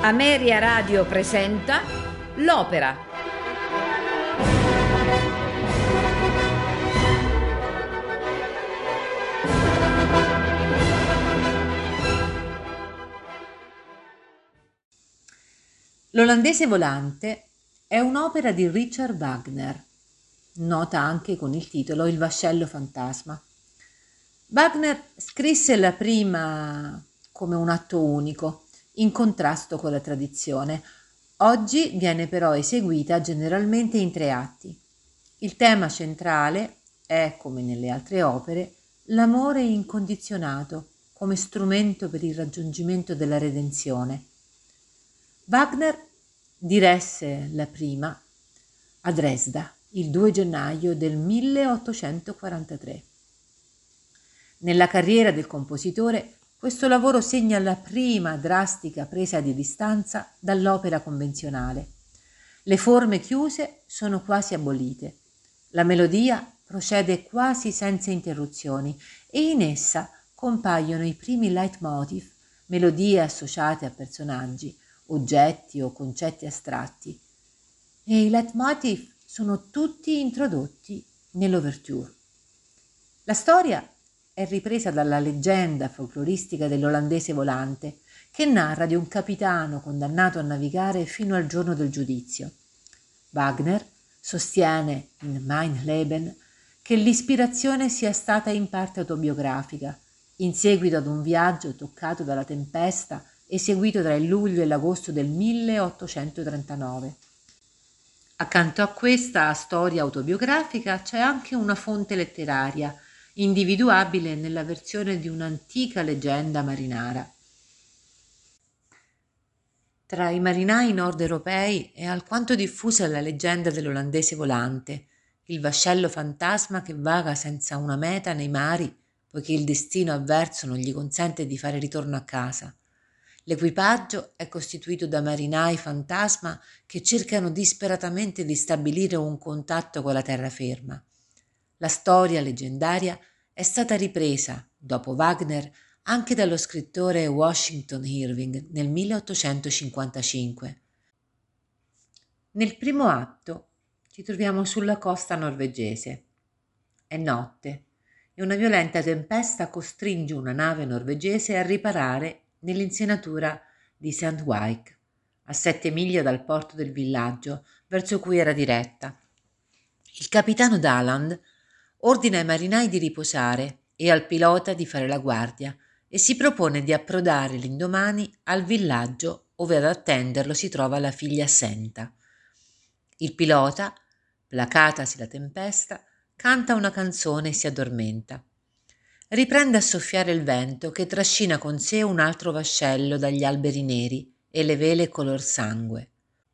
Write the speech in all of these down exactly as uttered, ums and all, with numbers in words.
Ameria Radio presenta L'Opera. L'Olandese volante è un'opera di Richard Wagner, nota anche con il titolo Il vascello fantasma. Wagner scrisse la prima come un atto unico, in contrasto con la tradizione. Oggi viene però eseguita generalmente in tre atti. Il tema centrale è, come nelle altre opere, l'amore incondizionato come strumento per il raggiungimento della redenzione. Wagner diresse la prima a Dresda il due gennaio del milleottocentoquarantatré. Nella carriera del compositore questo lavoro segna la prima drastica presa di distanza dall'opera convenzionale. Le forme chiuse sono quasi abolite. La melodia procede quasi senza interruzioni e in essa compaiono i primi leitmotiv, melodie associate a personaggi, oggetti o concetti astratti. E i leitmotiv sono tutti introdotti nell'ouverture. La storia è ripresa dalla leggenda folcloristica dell'Olandese volante, che narra di un capitano condannato a navigare fino al giorno del giudizio. Wagner sostiene in Mein Leben che l'ispirazione sia stata in parte autobiografica, in seguito ad un viaggio toccato dalla tempesta eseguito tra il luglio e l'agosto del milleottocentotrentanove. Accanto a questa storia autobiografica c'è anche una fonte letteraria, individuabile nella versione di un'antica leggenda marinara. Tra i marinai nord europei è alquanto diffusa la leggenda dell'Olandese volante, il vascello fantasma che vaga senza una meta nei mari, poiché il destino avverso non gli consente di fare ritorno a casa. L'equipaggio è costituito da marinai fantasma che cercano disperatamente di stabilire un contatto con la terraferma. La storia leggendaria è stata ripresa, dopo Wagner, anche dallo scrittore Washington Irving nel milleottocentocinquantacinque. Nel primo atto ci troviamo sulla costa norvegese. È notte e una violenta tempesta costringe una nave norvegese a riparare nell'insenatura di Saint Wyck, a sette miglia dal porto del villaggio verso cui era diretta. Il capitano Daland ordina ai marinai di riposare e al pilota di fare la guardia e si propone di approdare l'indomani al villaggio ove ad attenderlo si trova la figlia Senta. Il pilota, placatasi la tempesta, canta una canzone e si addormenta. Riprende a soffiare il vento che trascina con sé un altro vascello dagli alberi neri e le vele color sangue.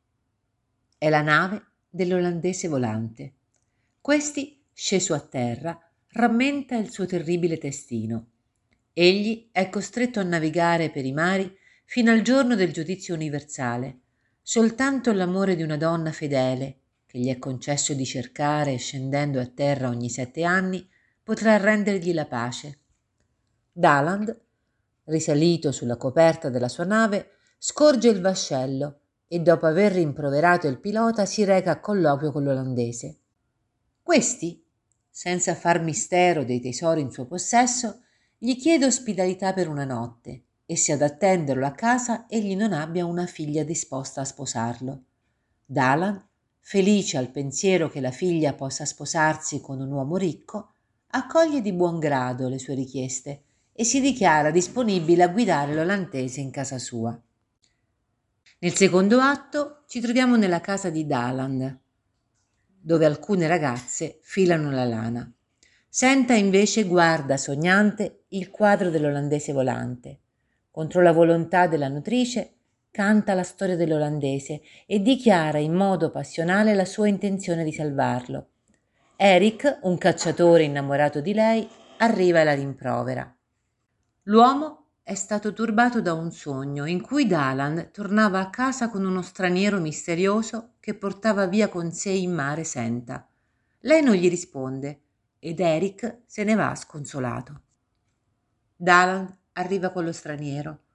È la nave dell'Olandese volante. Questi, sceso a terra, rammenta il suo terribile destino. Egli è costretto a navigare per i mari fino al giorno del giudizio universale. Soltanto l'amore di una donna fedele, che gli è concesso di cercare scendendo a terra ogni sette anni, potrà rendergli la pace. Daland, risalito sulla coperta della sua nave, scorge il vascello e dopo aver rimproverato il pilota si reca a colloquio con l'olandese. Questi, senza far mistero dei tesori in suo possesso, gli chiede ospitalità per una notte e se ad attenderlo a casa egli non abbia una figlia disposta a sposarlo. Daland, felice al pensiero che la figlia possa sposarsi con un uomo ricco, accoglie di buon grado le sue richieste e si dichiara disponibile a guidare l'olandese in casa sua. Nel secondo atto ci troviamo nella casa di Daland, dove alcune ragazze filano la lana. Senta invece guarda sognante il quadro dell'Olandese volante. Contro la volontà della nutrice canta la storia dell'olandese e dichiara in modo passionale la sua intenzione di salvarlo. Eric, un cacciatore innamorato di lei, arriva e la rimprovera. L'uomo è stato turbato da un sogno in cui Daland tornava a casa con uno straniero misterioso che portava via con sé in mare Senta. Lei non gli risponde ed Eric se ne va sconsolato. Daland arriva con lo straniero.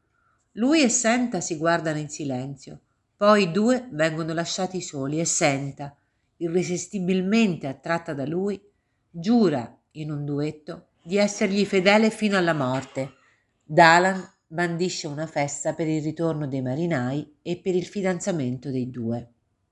Lui e Senta si guardano in silenzio, poi i due vengono lasciati soli e Senta, irresistibilmente attratta da lui, giura in un duetto di essergli fedele fino alla morte. Dalan bandisce una festa per il ritorno dei marinai e per il fidanzamento dei due.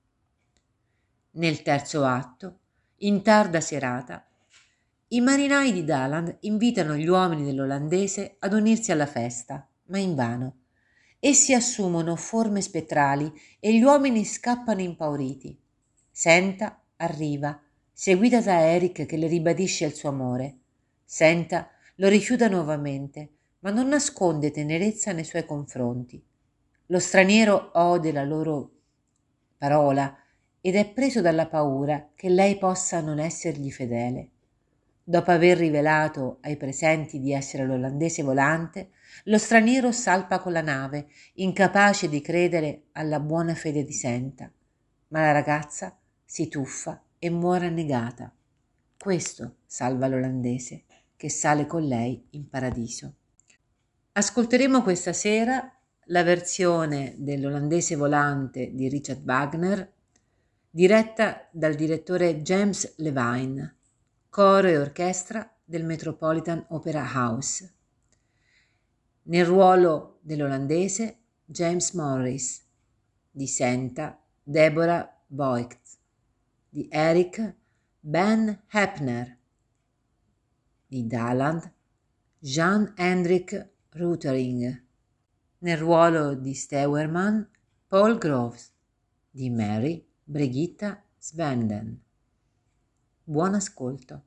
Nel terzo atto, in tarda serata, i marinai di Daland invitano gli uomini dell'olandese ad unirsi alla festa, ma invano. Essi assumono forme spettrali e gli uomini scappano impauriti. Senta arriva, seguita da Eric che le ribadisce il suo amore. Senta lo rifiuta nuovamente, ma non nasconde tenerezza nei suoi confronti. Lo straniero ode la loro parola ed è preso dalla paura che lei possa non essergli fedele. Dopo aver rivelato ai presenti di essere l'olandese volante, lo straniero salpa con la nave, incapace di credere alla buona fede di Senta, ma la ragazza si tuffa e muore annegata. Questo salva l'olandese, che sale con lei in paradiso. Ascolteremo questa sera la versione dell'olandese volante di Richard Wagner, diretta dal direttore James Levine, coro e orchestra del Metropolitan Opera House. Nel ruolo dell'olandese James Morris, di Senta Deborah Voigt, di Eric Ben Heppner, di Daland Jan-Hendrik Rutering, nel ruolo di Steuermann Paul Groves, di Mary Brigitta Svenden. Buon ascolto.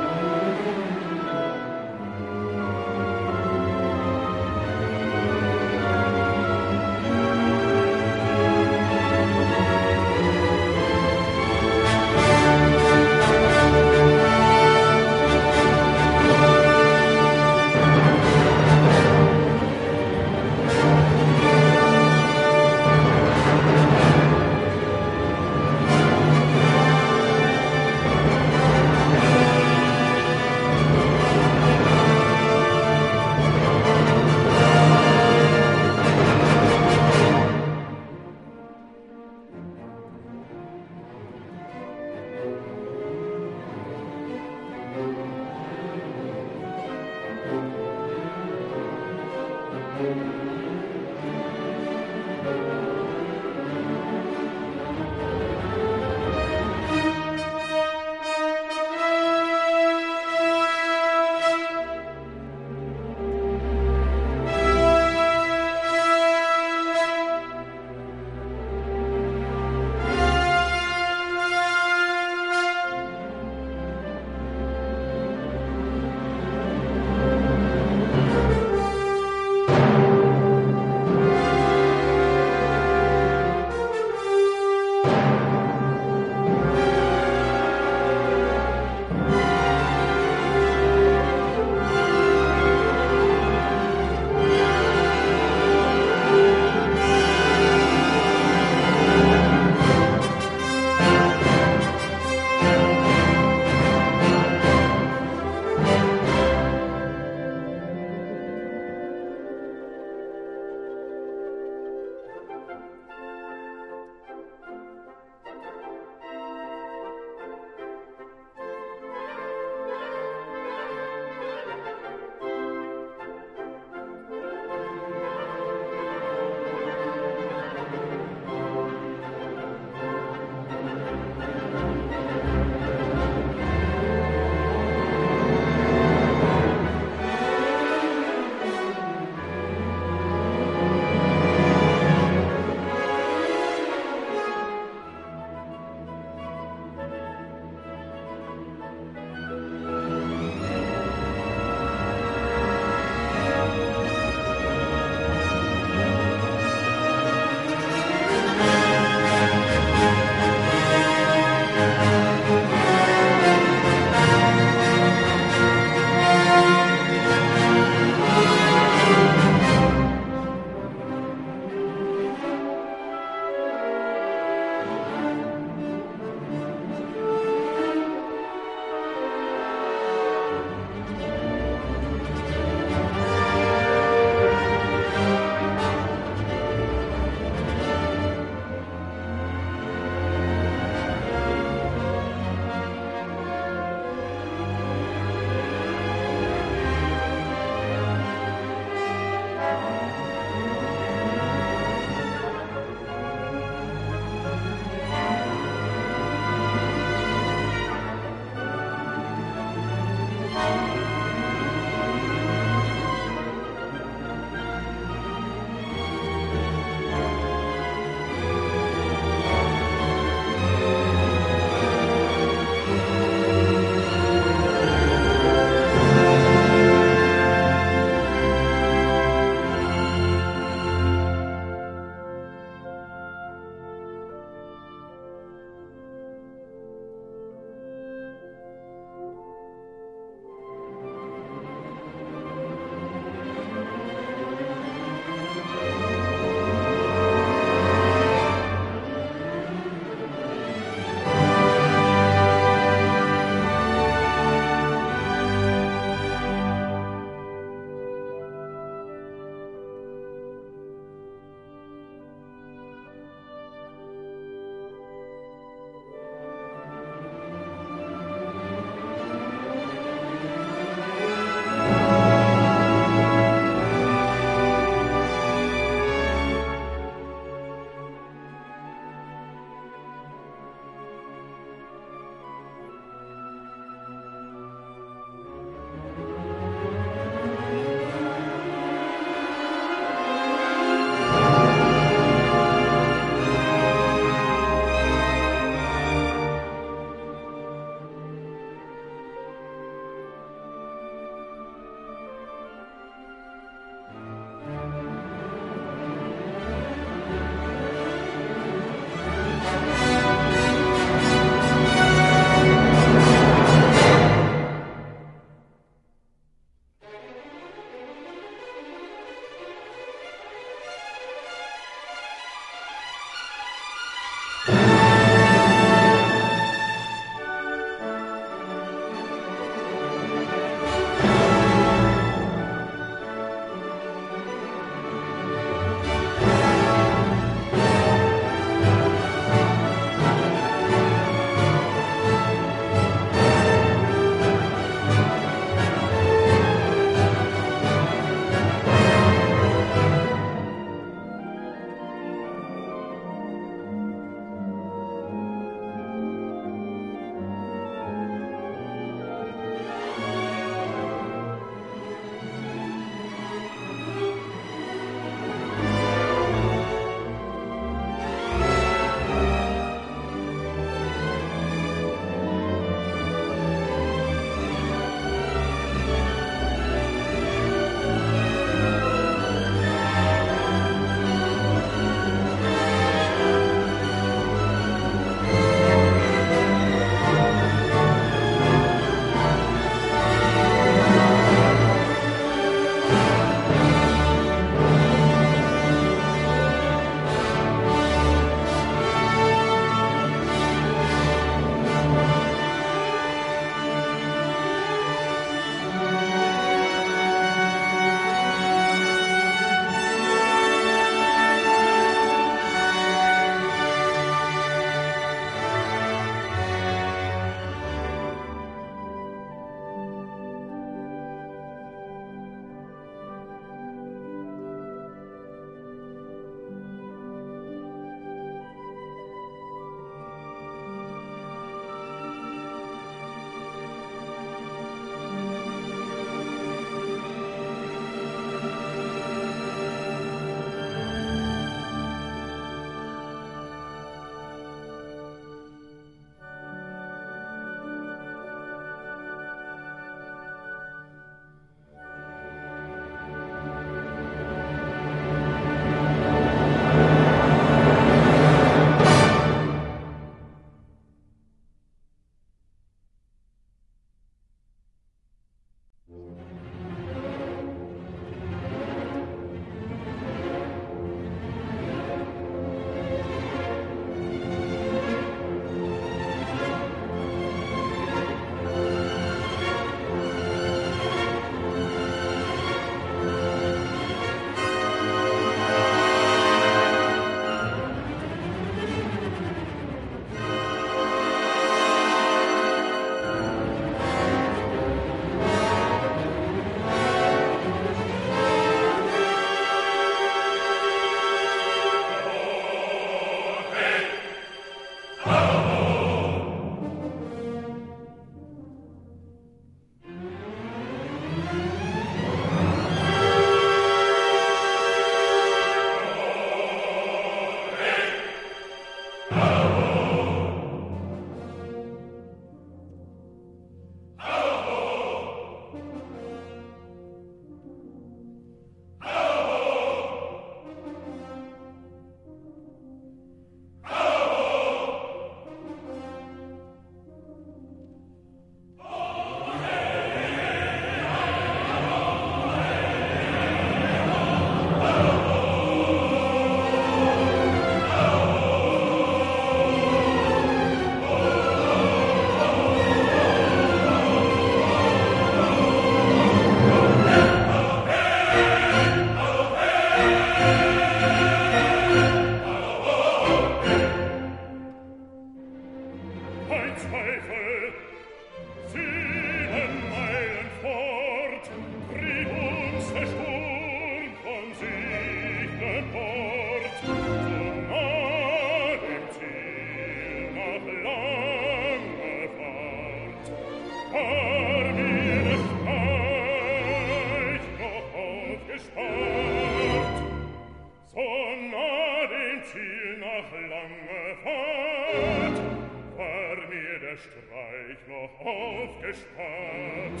aufgespart.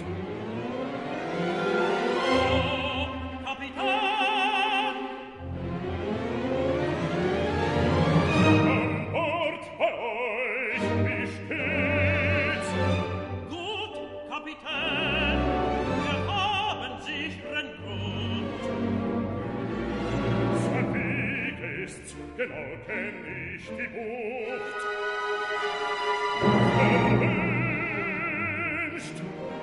Oh, Kapitän! An Bord bei euch, wie steht's? Gut, Kapitän, wir haben sicheren Grund. Sein Weg ist's, genau kenn ich die Bucht. Verwünscht,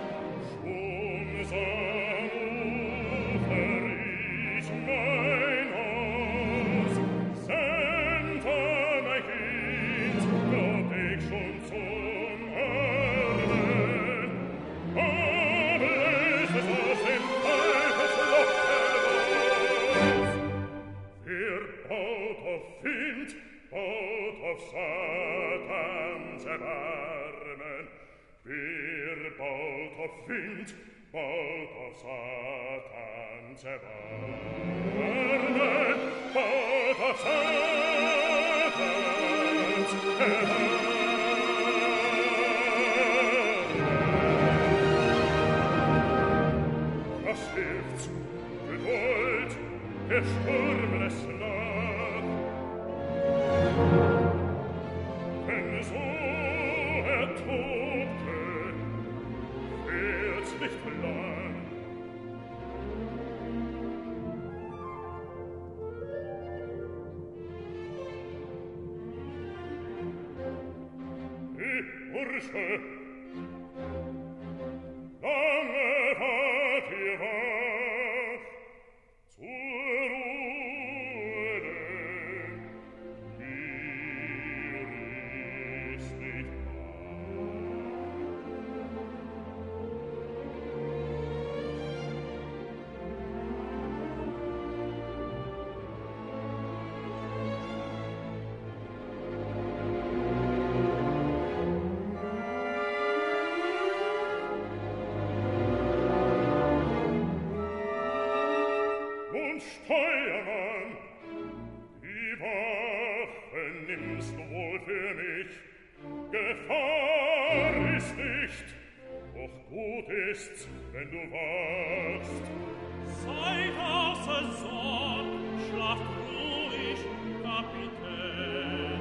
schwungsam Ufer ich mein Haus. Senta mein Kind, Gott ich schon zum Erde. Aber es ist aus dem Teufelsloch heraus. Wer baut auf Wind, baut auf Satans Erbarmen. Wer baut auf Wind, baut auf Satans Erbarmen. Baut auf Satans Erbarmen. Was hilft's? Geduld, der Sturm lässt nach. Wenn so er tobte, wird's nicht lang. Die Bursche, lange wart ihr wach, zur Ruhe denn, mir ist nicht Und Steuermann, die Wache nimmst du wohl für mich. Gefahr ist nicht, doch gut ist's, wenn du wachst. Seid außer Sorg, schlaft ruhig, Kapitän.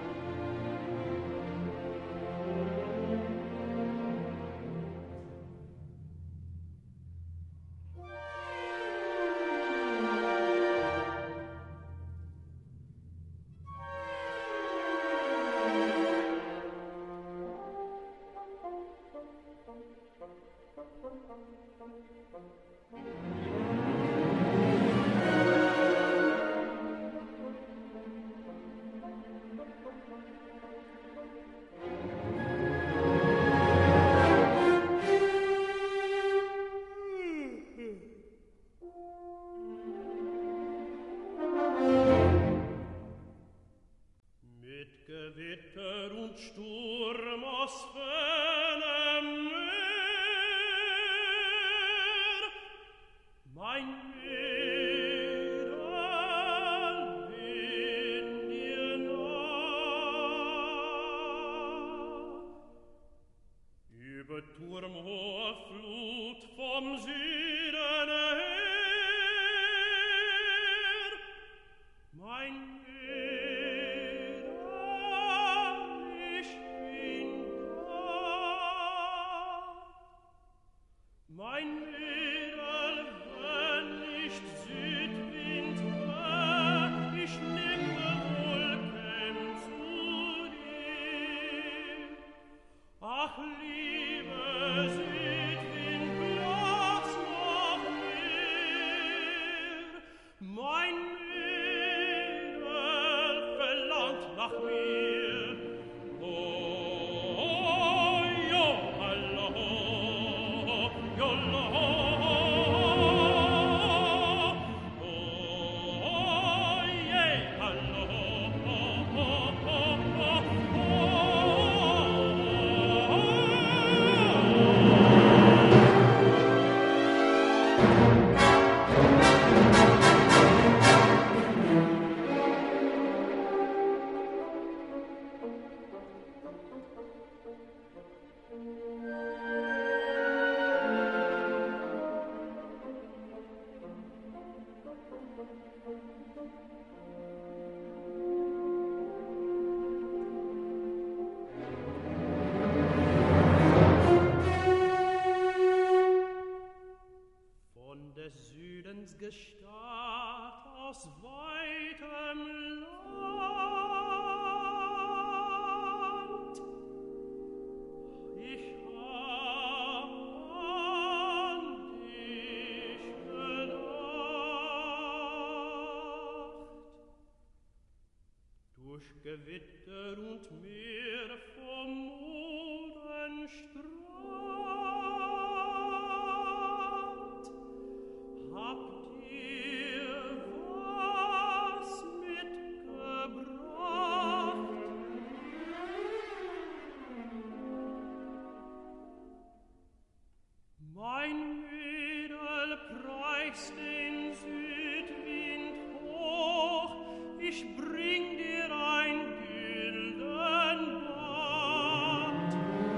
Mit Gewitter und Sturm aus fernem Meer, mein Mädel in dir nah. Über turmhoher Flut vom Süden her, mein mein Mädel, wenn nicht Südwind wär, ich nehme Wolken zu dir. Ach, liebe Südwind, blass nach mir. Mein Mädel verlangt nach mir. Oh, jo, hallo, jo, durch Gewitter und Meer vom Modenstrand. Habt ihr was mitgebracht? Mein Mädel preist den Südwind hoch, ich bring dir ein Gildenband.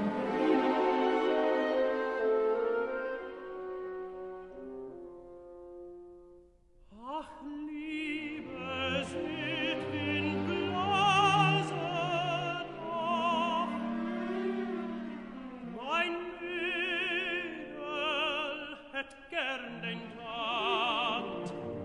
Ach, liebe Südwind, blase doch, mein Mädel hätt gern den Tand.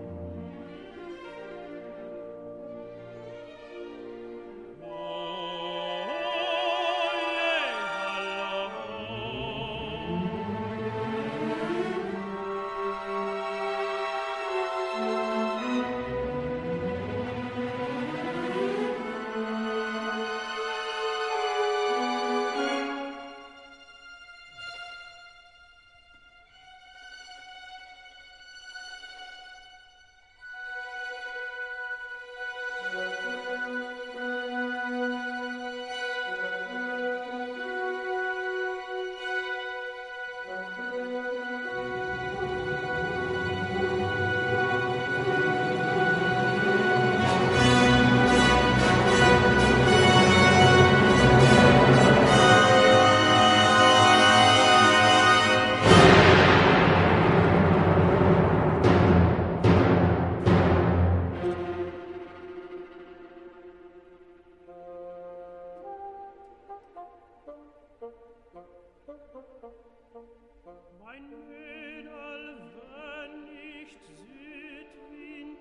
Mein Mädel, wenn nicht Südwind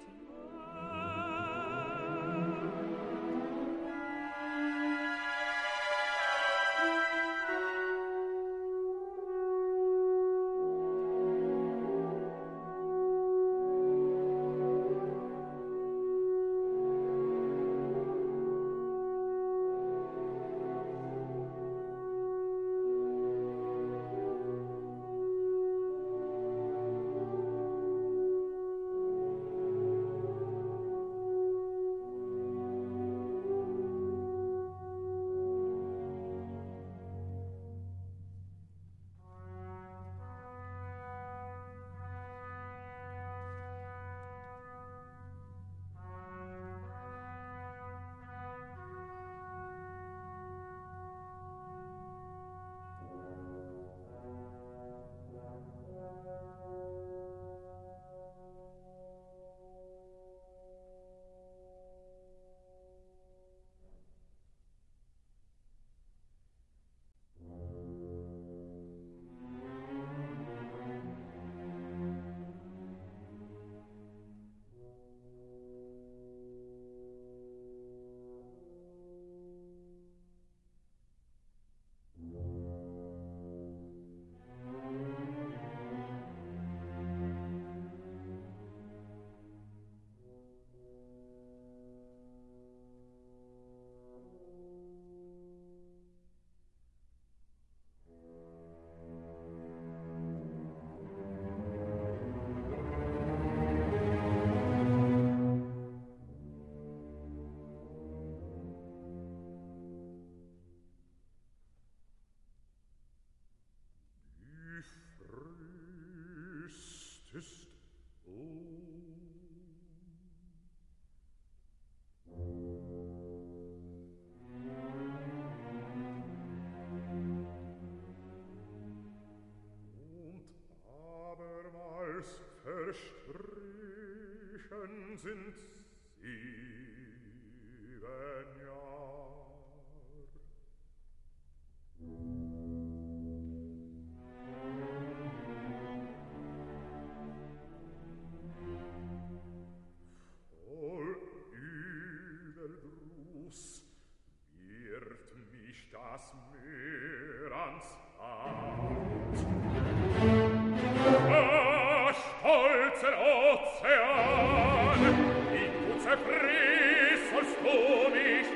ist verstrichen sind sieben Jahr. Voll Übelgruß wird mich das Meer ans Haupt. Stolzer Ozean, wie du zerfriss, sollst du mich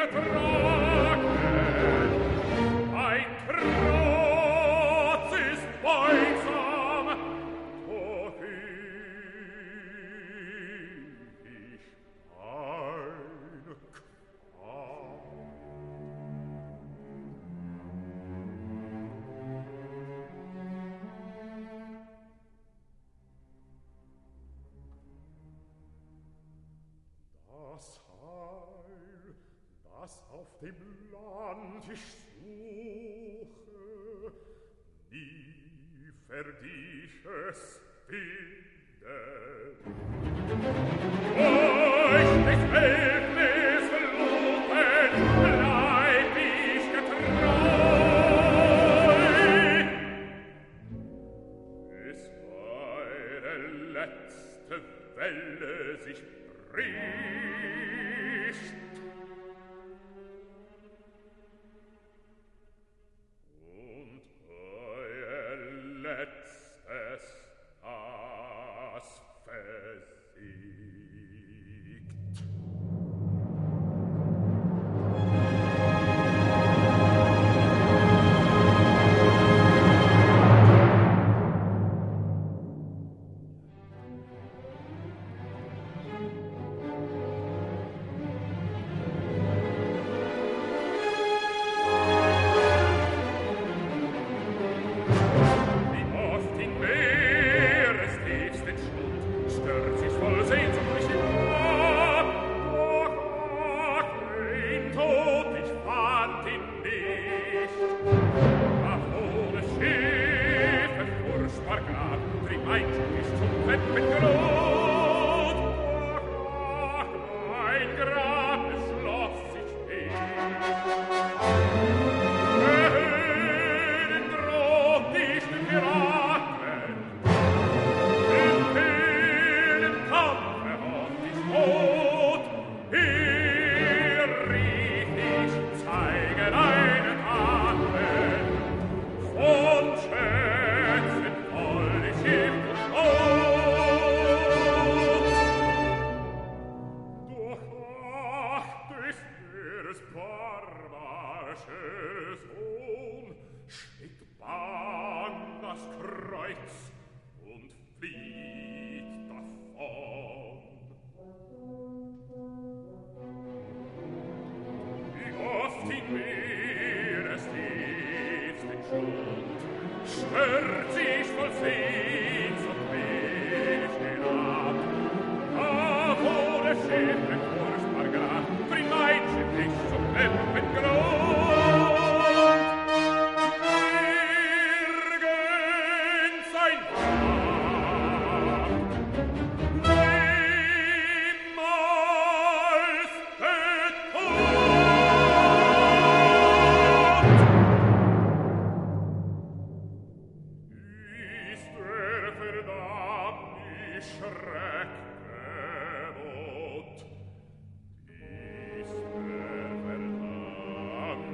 Ist der Verdammt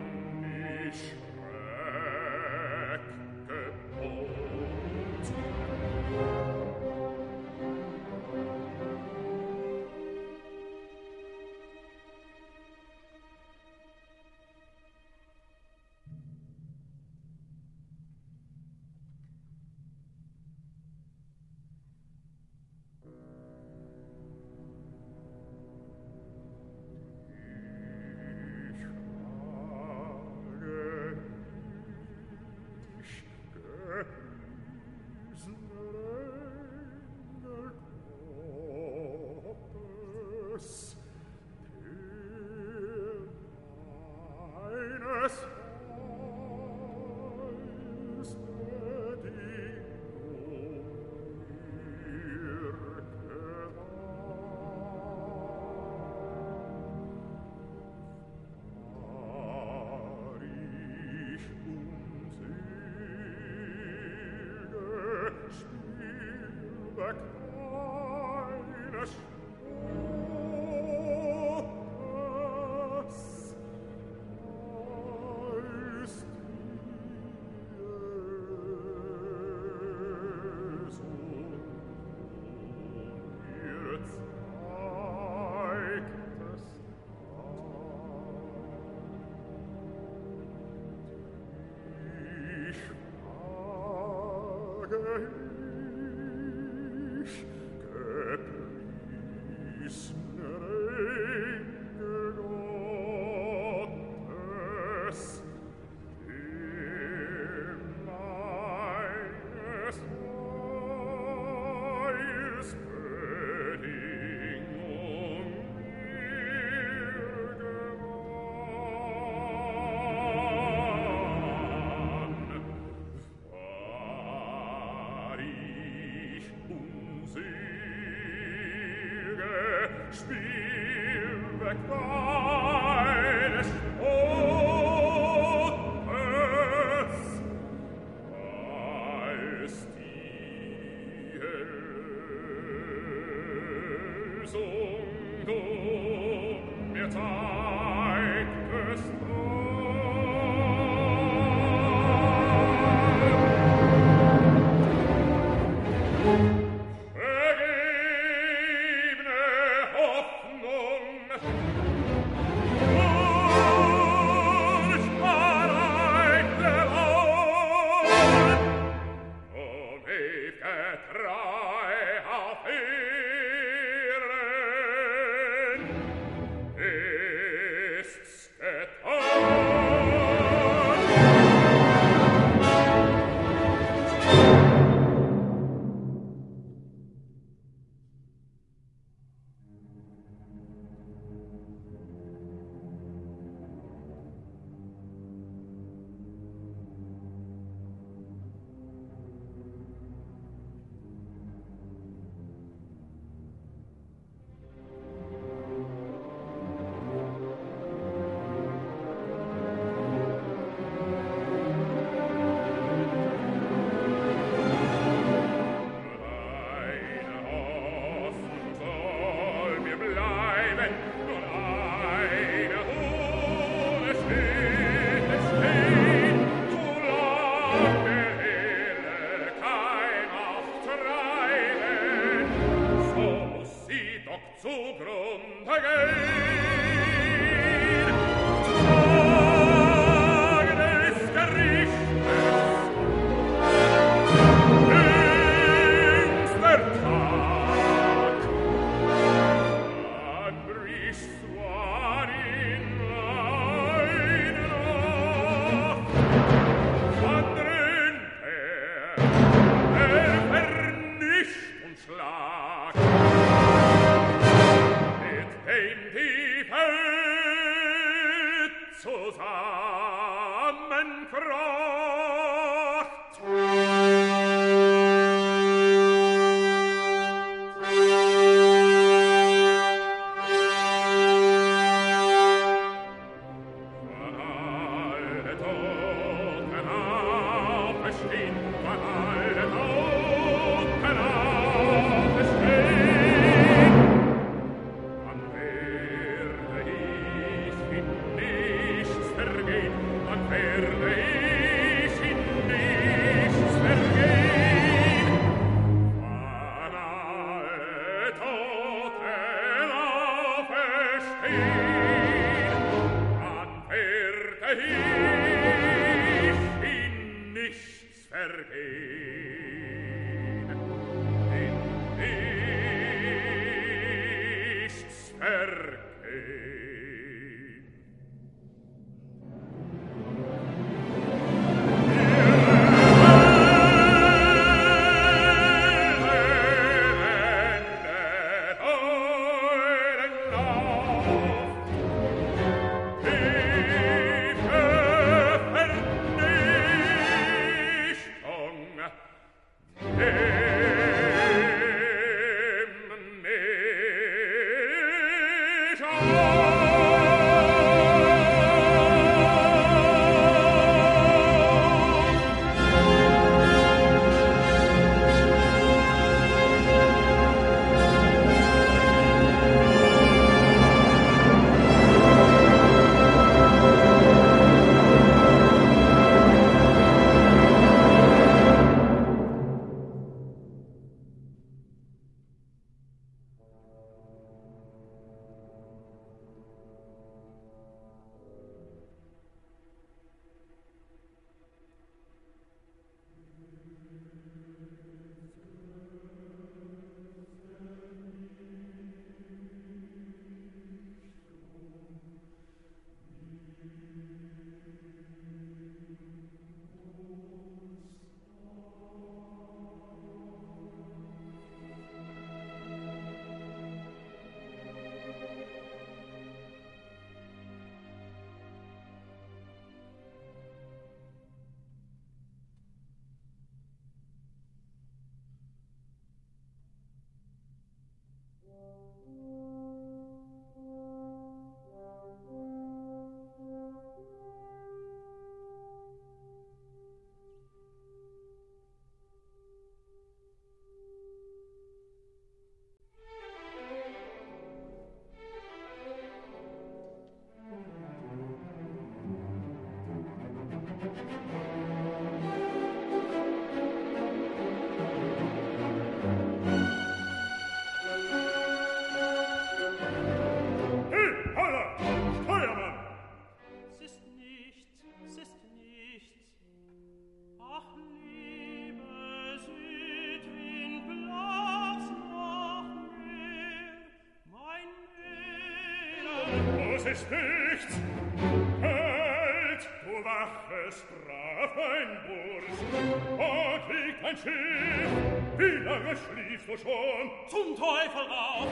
es ist nichts. Halt, du waches, brav ein Bursch. Dort liegt ein Schiff. Wie lange schliefst du schon? Zum Teufel auf!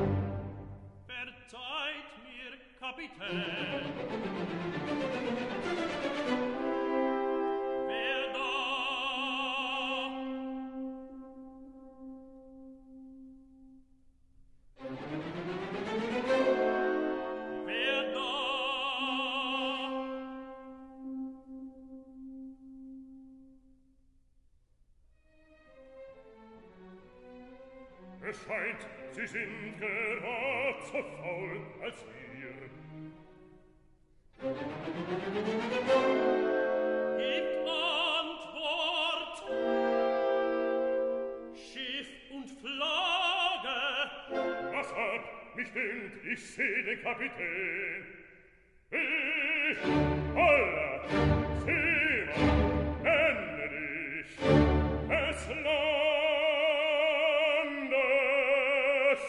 Verzeiht mir, Kapitän. Wer da? Wer da? Es scheint, sie sind gerad so faul als wir. Gebt Antwort! Schiff und Flagge! Was ab, mich dünkt, ich seh den Kapitän. Ich, Allah, Seemann, nenne dich des Landes.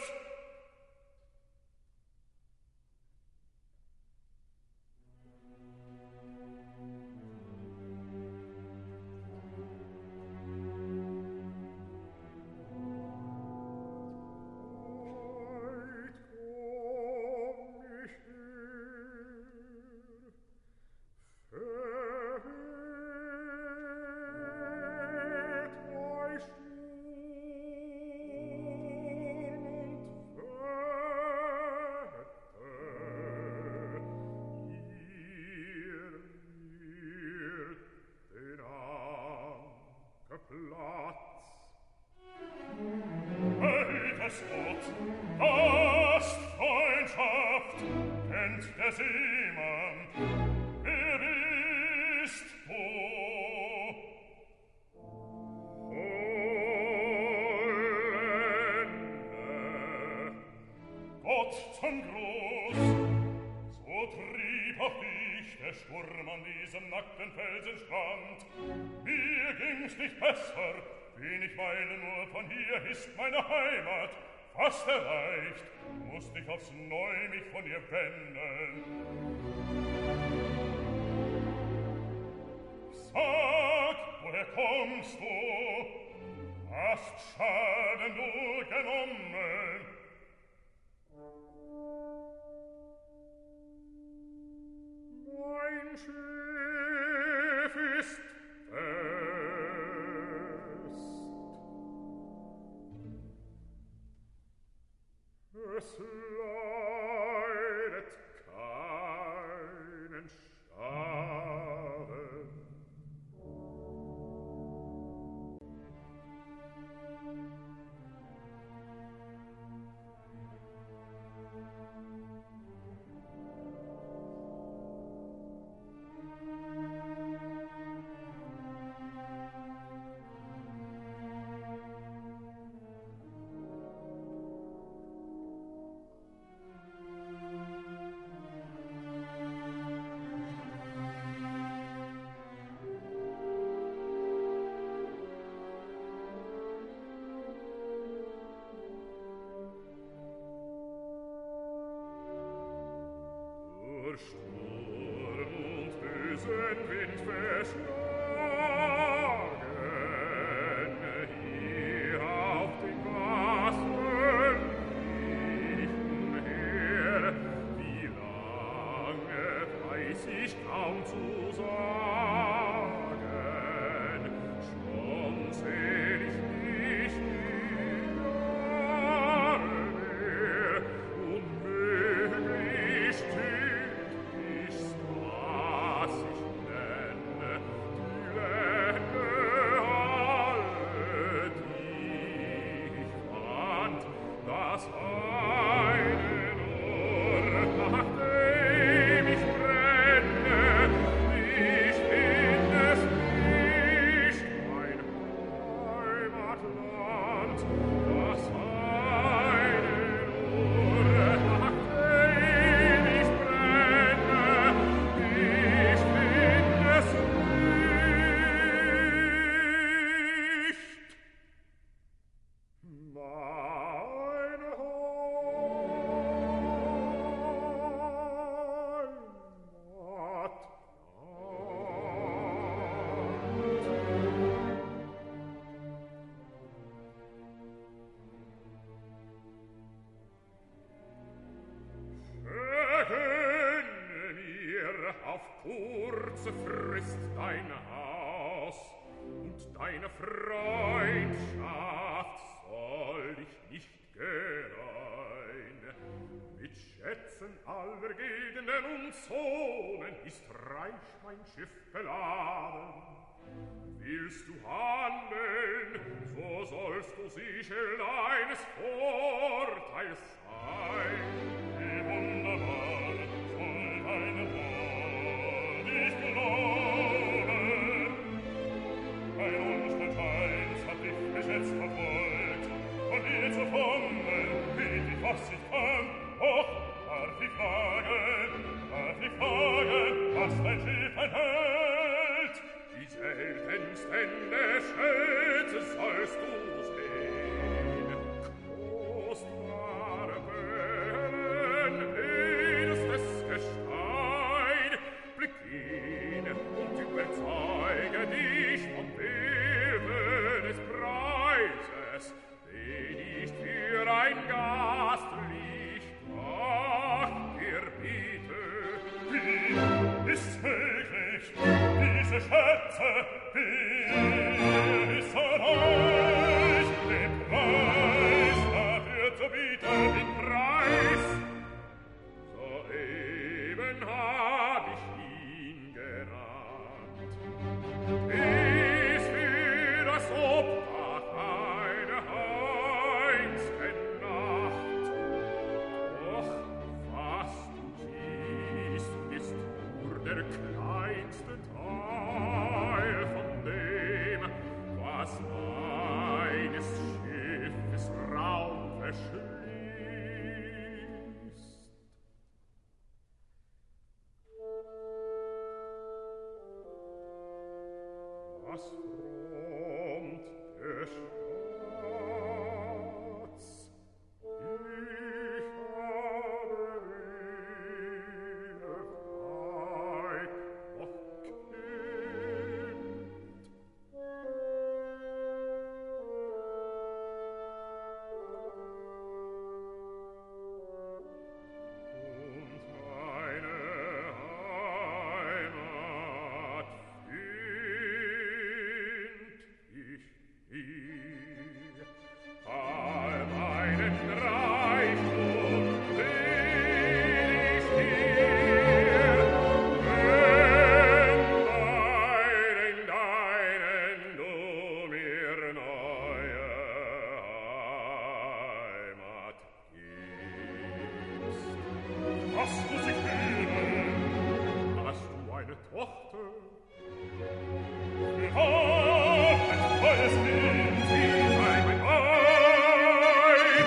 Neu mich von ihr wenden. Sag, woher kommst du? Hast Schaden du genommen? Mein Schiff ist fest. Es leidet keinen Schaden. Sturm und bösen Wind verschlagen, hier auf den Wasser liefen her. Wie lange weiß ich kaum zu sagen, schon seh ich nicht die Jahre mehr, unmöglich Ich auf kurze Frist dein Haus, und deine Freundschaft soll dich nicht gereuen. Mit Schätzen aller Gegenden und Zonen ist reich mein Schiff beladen. Willst du handeln, so sollst du sicher deines Vorteils sein. Wie wunderbar soll deine Wort dich glauben. Ein Unschuldeins hat dich bis jetzt verfolgt, von dir zu fanden, wie ich was ich kann. Och, darf ich fragen, darf ich fragen, was dein Schiff enthält? Die seltensten der Schätze sollst du sehen. Kostbare Perlen, edelstes Gestein. Blick hin und überzeuge dich vom Werte des Preises, den ich für ein Gastlicht ach dir biete. Wie ist möglich, diese Schätze, wie ist so reich, den Preis dafür zu bieten, den Preis. Soeben hab ich ihn gerannt, dies für das Obdach eine einzige Nacht. Doch was du siehst, ist nur der kleinste Teil von dem, was meines Schiffes Raum verschließt. Was frommt der Schatz? Ich habe ihre frei noch kennt. Und meine Heimat find ich hier. All meinen Reichtum find ich hier. Wenn deinen, deinen du mir neue Heimat gibst. Was muss ich hören? Hast du eine Tochter? Ja, ein treues Kind, sie sei mein Weib.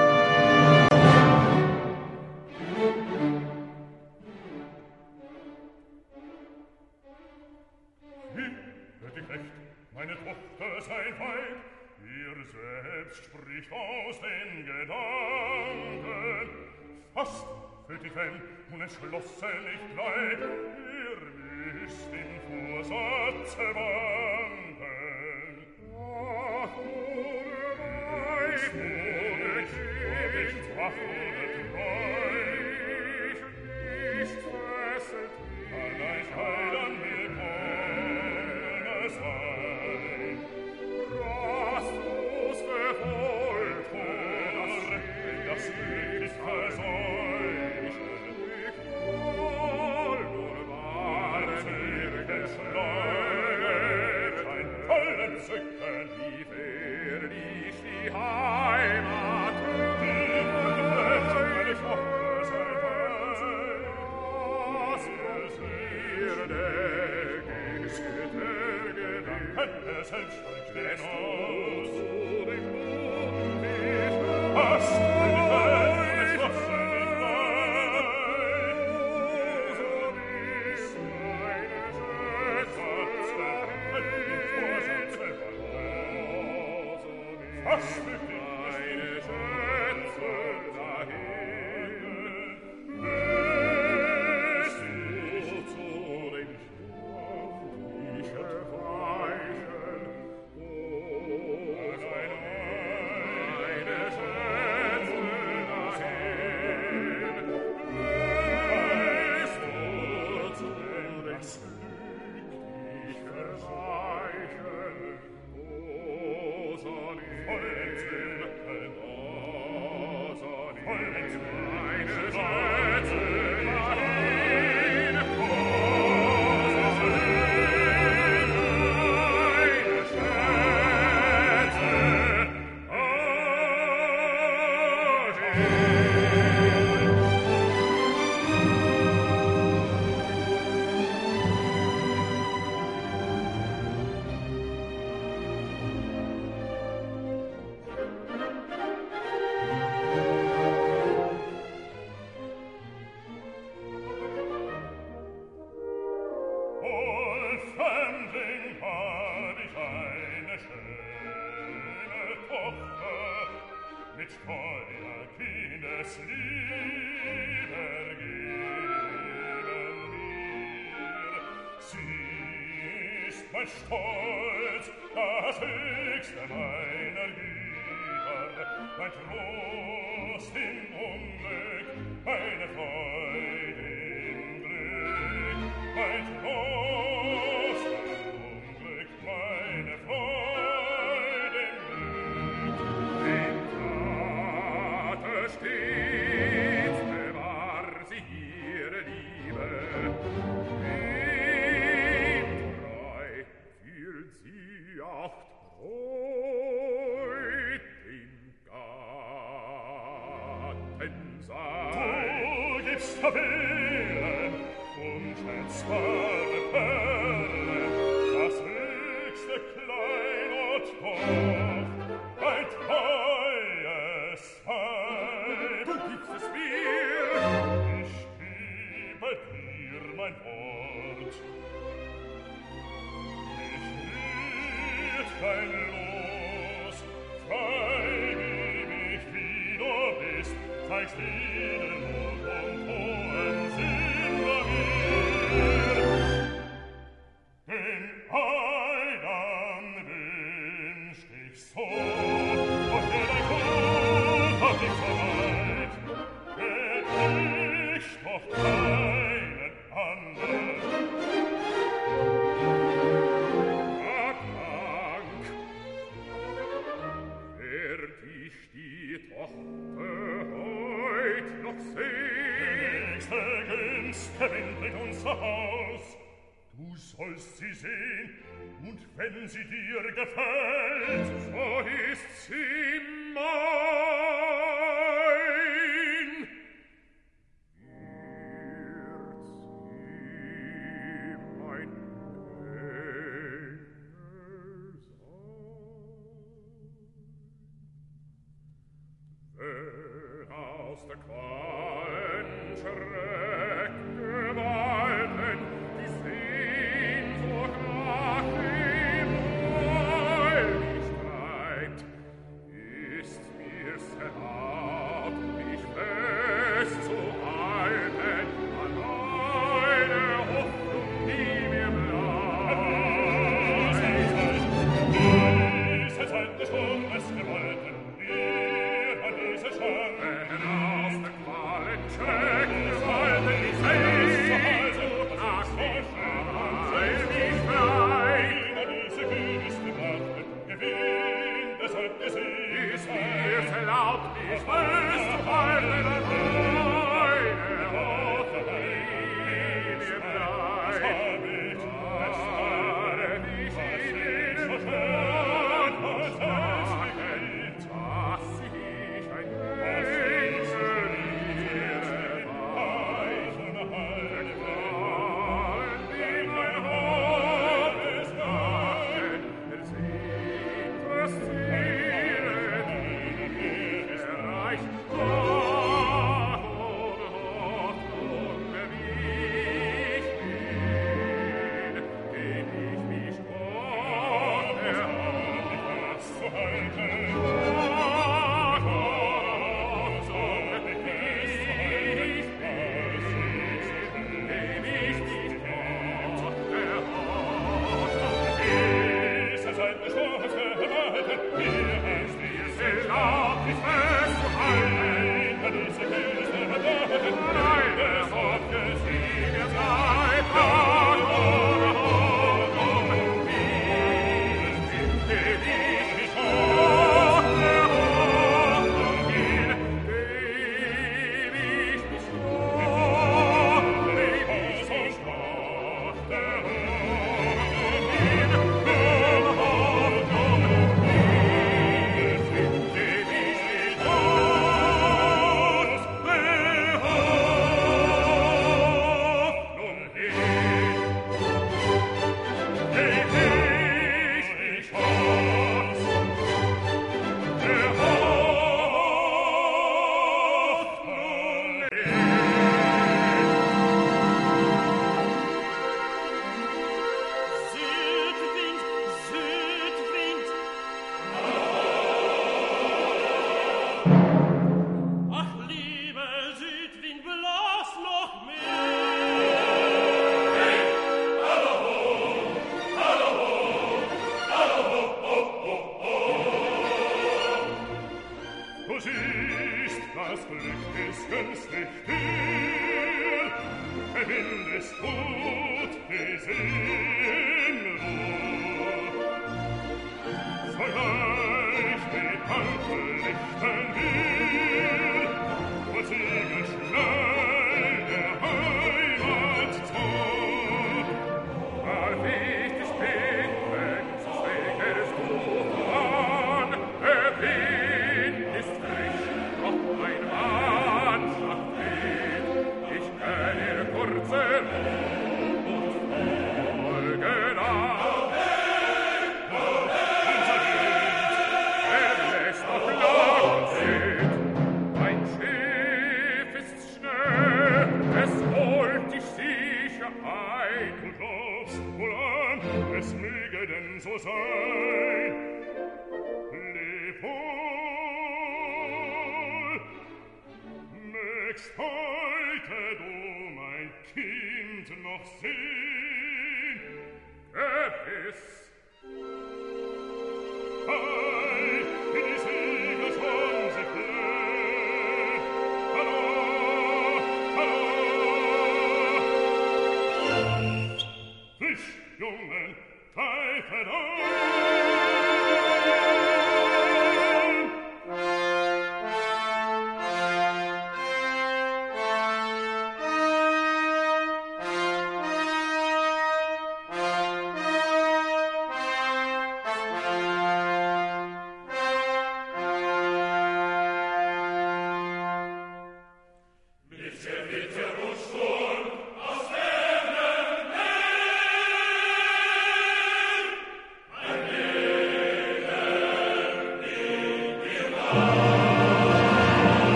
Wie hört ich recht, meine Tochter sei ein Weib? Ihr selbst spricht aus den Gedanken. Fast fühlt ich, wenn nun entschlossen ich bleib, ihr müsst im Vorsatze wandeln. Ach, ohne Weib, ohne Kind, ach, ohne Treu, ich nicht fesselt, allein Heil an mir könne sein. Rastlos verfolgt, das Recht, das Glück ist verseucht. Ich wohl nur waren mir geschleudert, ein vollen Zücken, wie wär ich die Heimat. Die Welt, meine Tochter, sei fein. Was kommt hier der Güte Gedanken, der Selbstschuld lässt du zu dem Mund nicht hast du die Welt entschlossen nicht leid. So ist meine Schätze dahin, Vorsatze dahin, fast mit meine Schätze dahin, bist du zu dem Schlaf, ich weichen, oh, meine Schätze mein Stolz, das höchste meiner Güter, mein Trost im Unglück, meine Freude im Glück, mein Trost im Unglück, meine Freude im Glück. Dem Vater stets bewahr sie ihre Liebe, auch treu dem Gatten sei. Du gibst Juwelen, unschätzbare Perlen, das höchste Kleinod doch, ein treues Weib. Du gibst es mir, ich gebe dir mein Wort. Dein Los, frei wie mich, wie du bist, zeigst ihnen Mut und hohen Sinn bei mir. Den einen wünscht ich so, und der dein Gut hat nicht so weit, hätt ich doch keinen anderen. Heut noch sehn. Nächste Günste windet unser Haus. Du sollst sie sehn, und wenn sie dir gefällt, so ist sie mein. Wird sie mein Engel sein. Wenn aus der Qualen Schreck gewalten, die Sehnsucht nach dem Heil mich treibt, ist mir's erlaubt, mich festzuhalten an eine Hoffnung, die mir bleibt. Diese Zeit des Sturmes gewalten, wir an diese Schande, wenn aus der Qualen Schreck gewalten, die Sehnsucht nach dem Heil mich treibt. An diese Küste Nacht gewinnt es und gesehen, ist mir's erlaubt, mich festzuhalten an eine Hoffnung, die mir bleibt. Fahre mich in den Schatten, dass ich ein Engel mir weichen halten, die mein Haupt des Nachten ersehnt, das Ziel, die mir erreicht, Gott und Hoffnung, wie ich bin.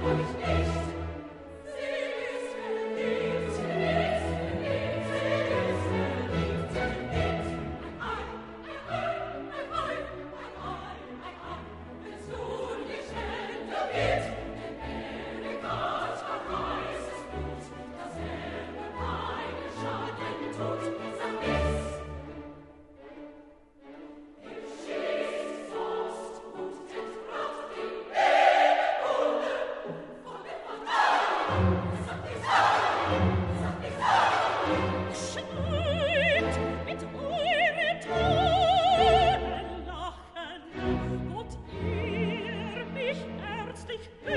Gott, ihr mich herzlich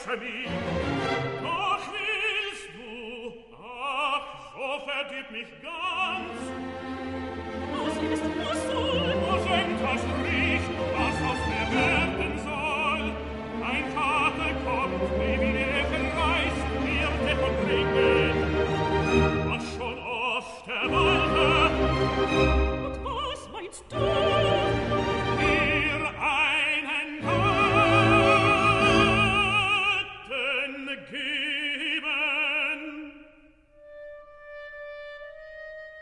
Lasche mich, doch willst du, ach, so verdirb mich ganz. Was ist, was soll? Wo senkt das riecht, was aus mir werden soll? Ein Vater kommt, wie mir verreißt, mir davon bringen, was schon oft er wollte. Und was meinst du? Mir einen Gatten geben.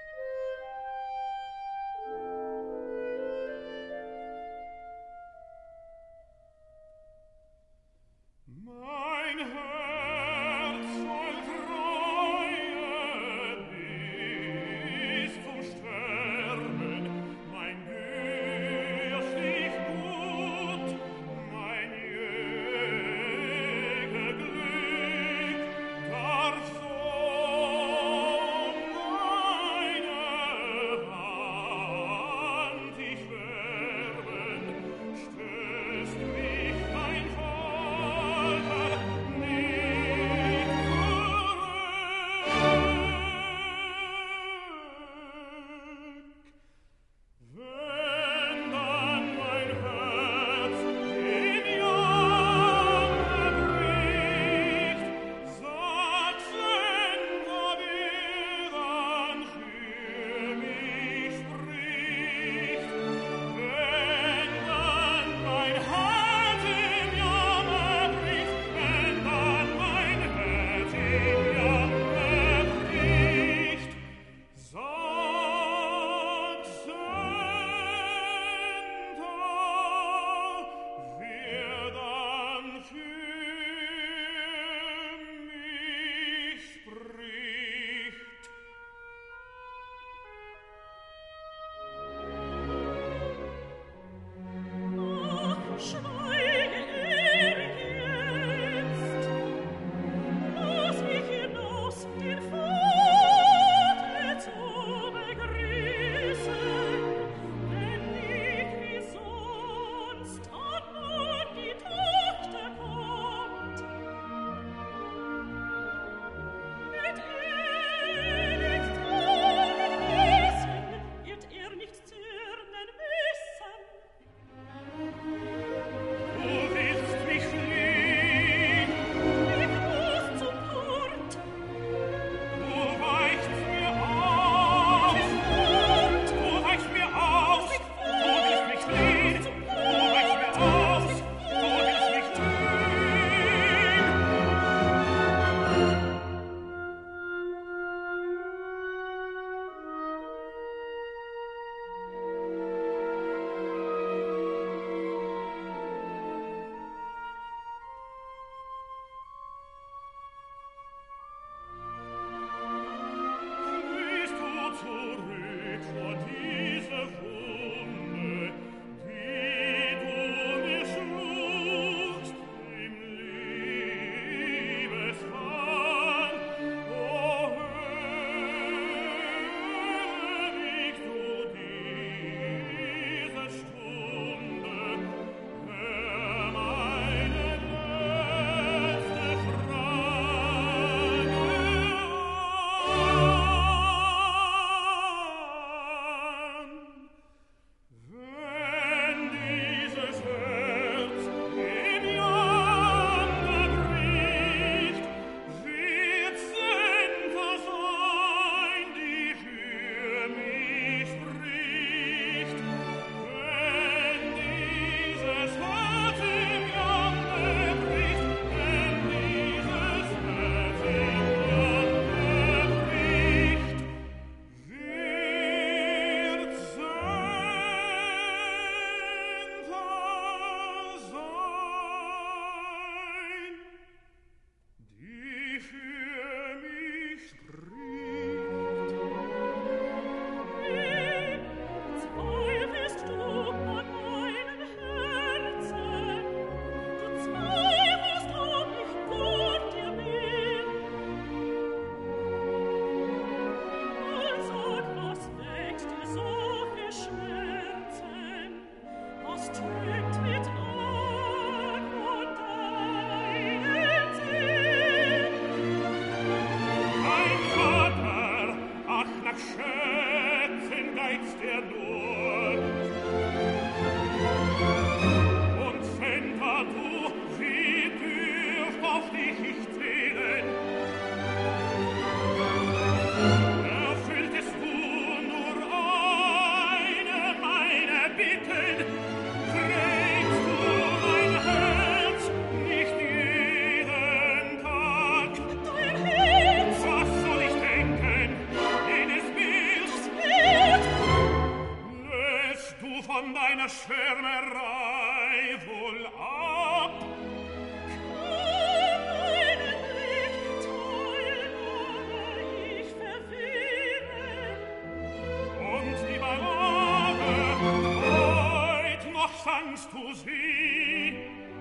zu sie.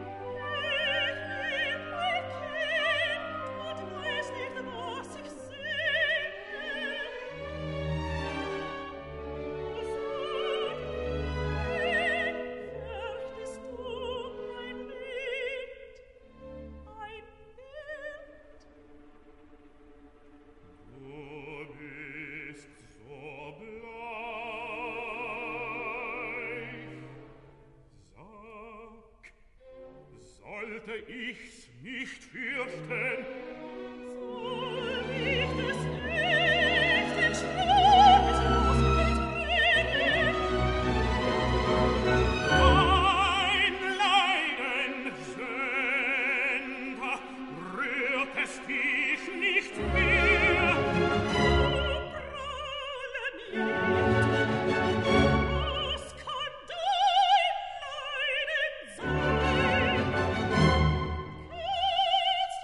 Ich will mein Kind und weiß nicht, was ich sehe. Du sag, fürchtest du mein Lied, ein Bild? Du bist so bleich. Sag, sollte ich's nicht fürchten? Soll ich des echten Schreckens betreten? Ein Leiden, Sünder, rührt es dich nicht mehr? Prahle nicht, was kann dein Leiden sein? Kannst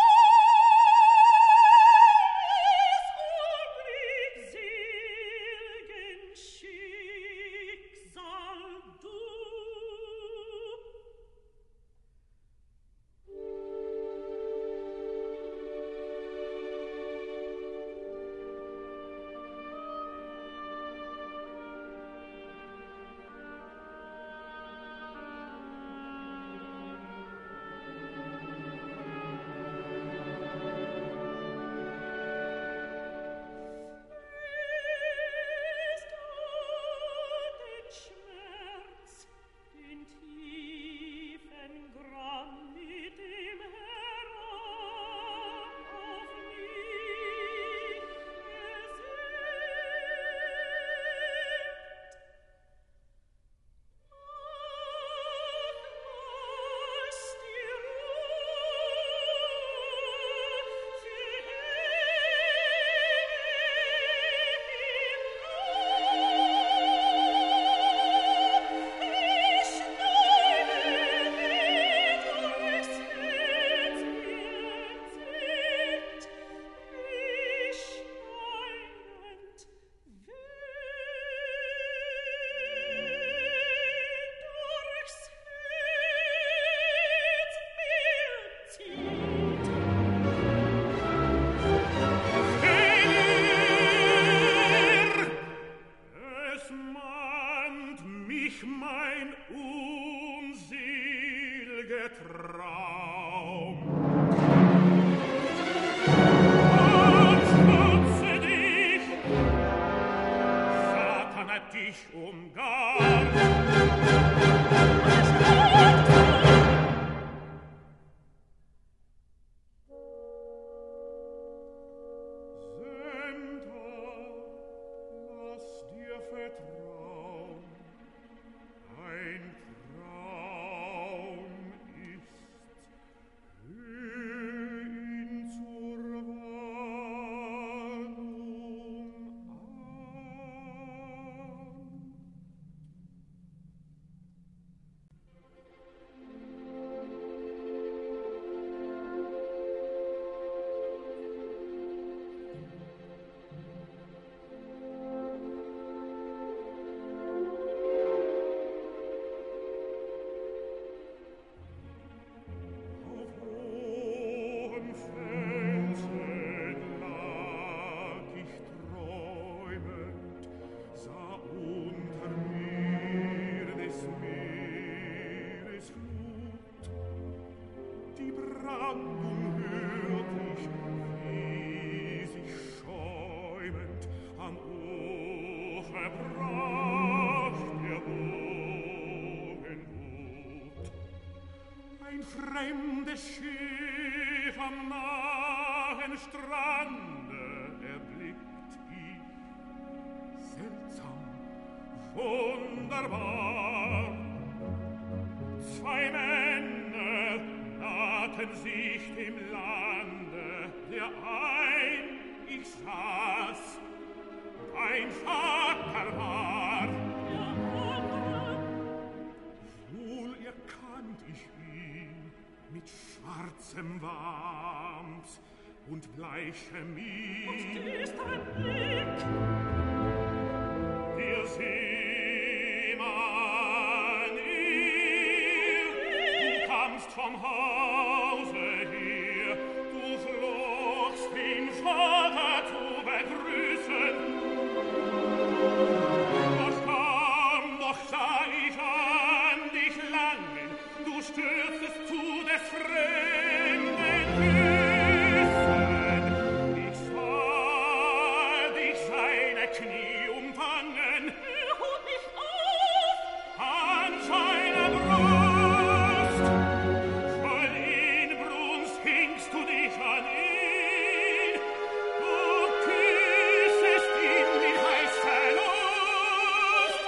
jedes Augenblick selgen Schicksal du. Ist den Schmerz, den tiefen Gram mit dem Herab auf mich gesenkt. Ach, was die Es mahnt mich mein unselger Traum. Gott schütze dich, Satan hat dich umgarnt. Sünder, lass dir vertrauen, ein Traum ist's, hör ihn zur Warnung an. Auf hohem Felsen lag ich träumend, sah unter mir des Meeres Flut. Die Brandung hört ich, wie sich schäumend am Ufer brach der Wogenwut. Ein fremdes Schiff am nahen Strande erblickt ich. Seltsam, wunderbar. Zwei Männer nahten sich dem Lande. Der ein, ich sah's, ein Vater war. Wohl erkannt ich ihn mit schwarzem Wams und bleichem Mien. Und düsterem Blick. Der Seemann vom Hause hier, du flogst den Vater zu begrüßen. Doch komm, doch sah ich an dich langen, du stürzest zu des fremden Küssen. Ich sah dich seine Knie umfangen, Er hob mich auf an seiner Brust. Voll Inbrunst hingst du dich an ihn, du küssest ihn mit heißer Lust.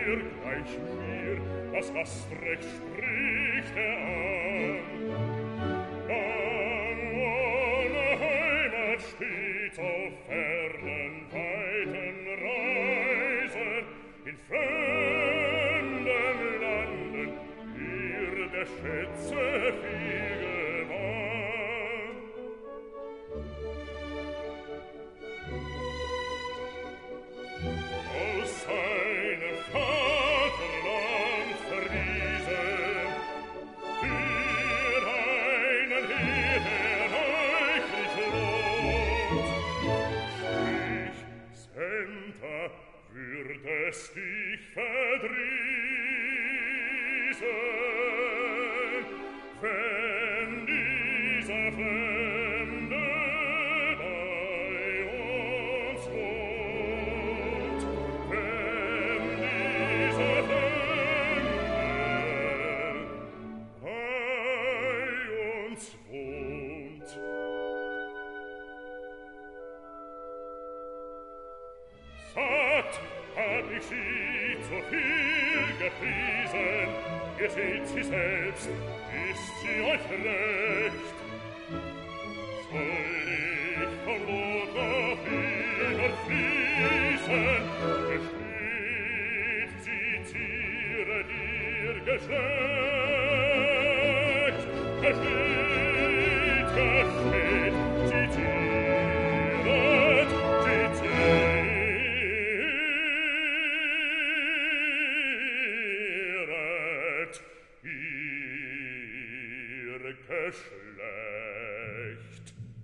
dir gleich mir, was Gastrecht spricht er an. Dann ohne Heimat stets auf fernen, weiten Reisen, in fremden Landen, hier der Schätze viel gewann. Aus seinem Vaterland verwiesen, für einen Heer, der reichlich lohnt. Sprich, Senta, würd es dich verdrießen, wenn dieser Fremde bei uns wohnt, wenn dieser Fremde bei uns wohnt. Satt hab ich sie zu viel gepriesen, ihr seht sie selbst, ist sie euch recht. Soll ich vom Blut noch überfließen, gesteht sie zieret ihr Geschlecht. Gesteht, gesteht, sie zieret, sie zieret ihr Geschlecht.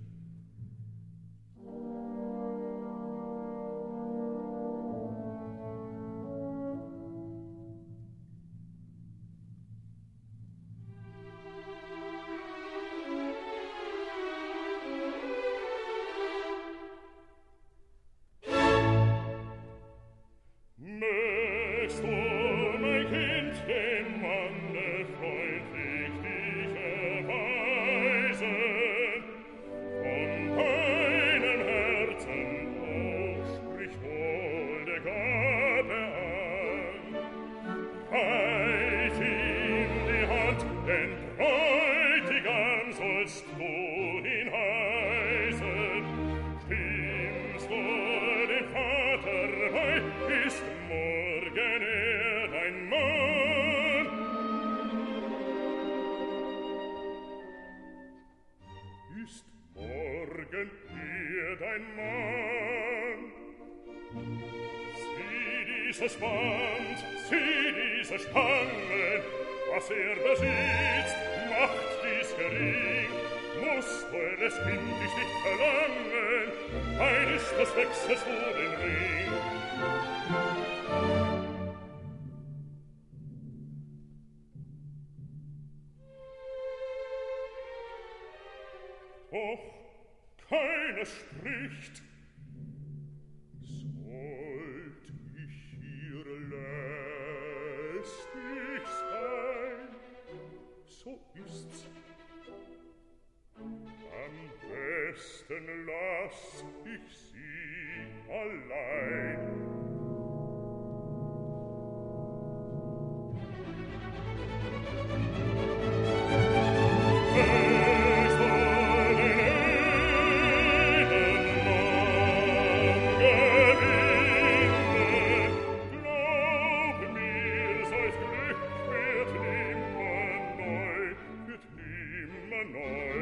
Möchtest du, mein Kind, dem Manne freundlich dich erweisen, von deinem Herzen auch sprich holde Gabe an. Reich ihm die Hand, den Bräutigam sollst du ihn heißen. Stimmst du dem Vater bei, ist morgen er dein Mann. Ist morgen er dein Mann. Sieh dieses Band, sieh diese Stangen, was er besitzt, macht dies gering. Musst eures Kind dich nicht verlangen, eines des Wechsels vor den Ring. Doch keiner spricht. Sollt ich hier lästig sein, so ist's. Am besten lass ich sie allein. Es soll den Edelmann gewinnen. Glaub mir, solch Glück wird nimmer neu, wird nimmer neu.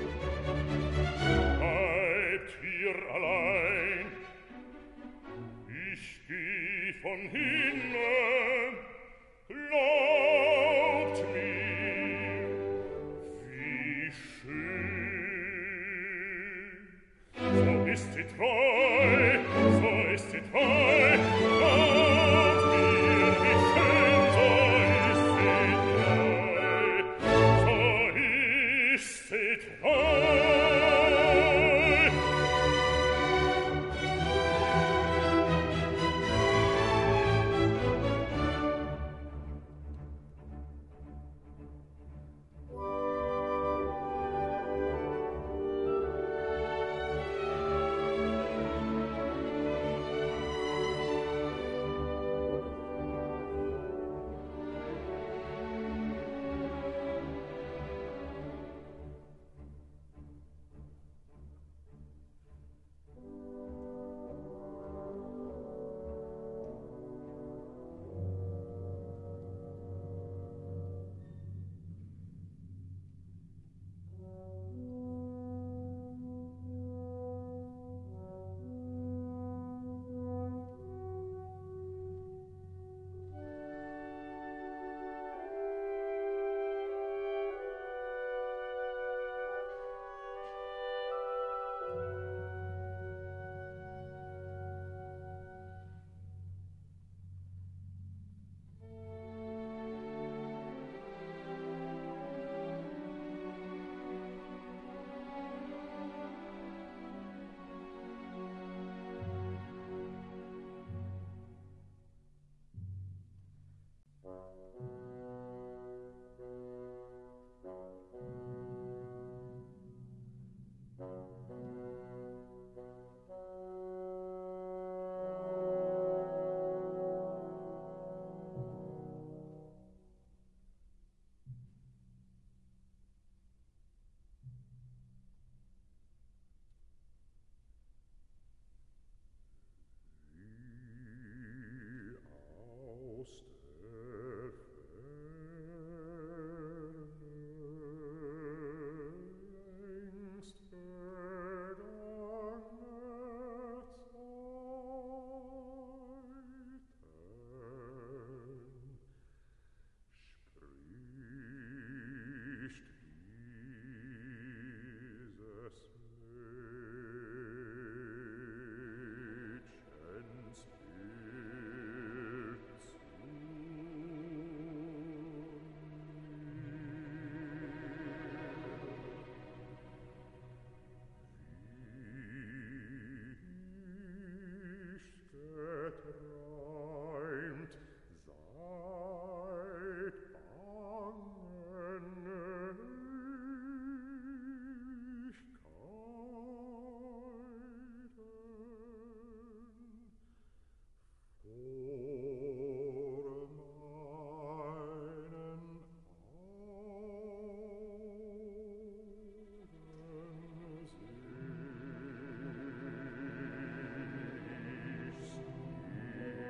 Bleibt hier allein, ich geh von hinnen, glaubt mir, wie schön. So ist sie treu, so ist sie treu, glaubt mir, wie schön, so ist sie treu, so ist sie treu. träumt, seid bange Neuigkeiten. Vor meinen Augen sehe ich sie.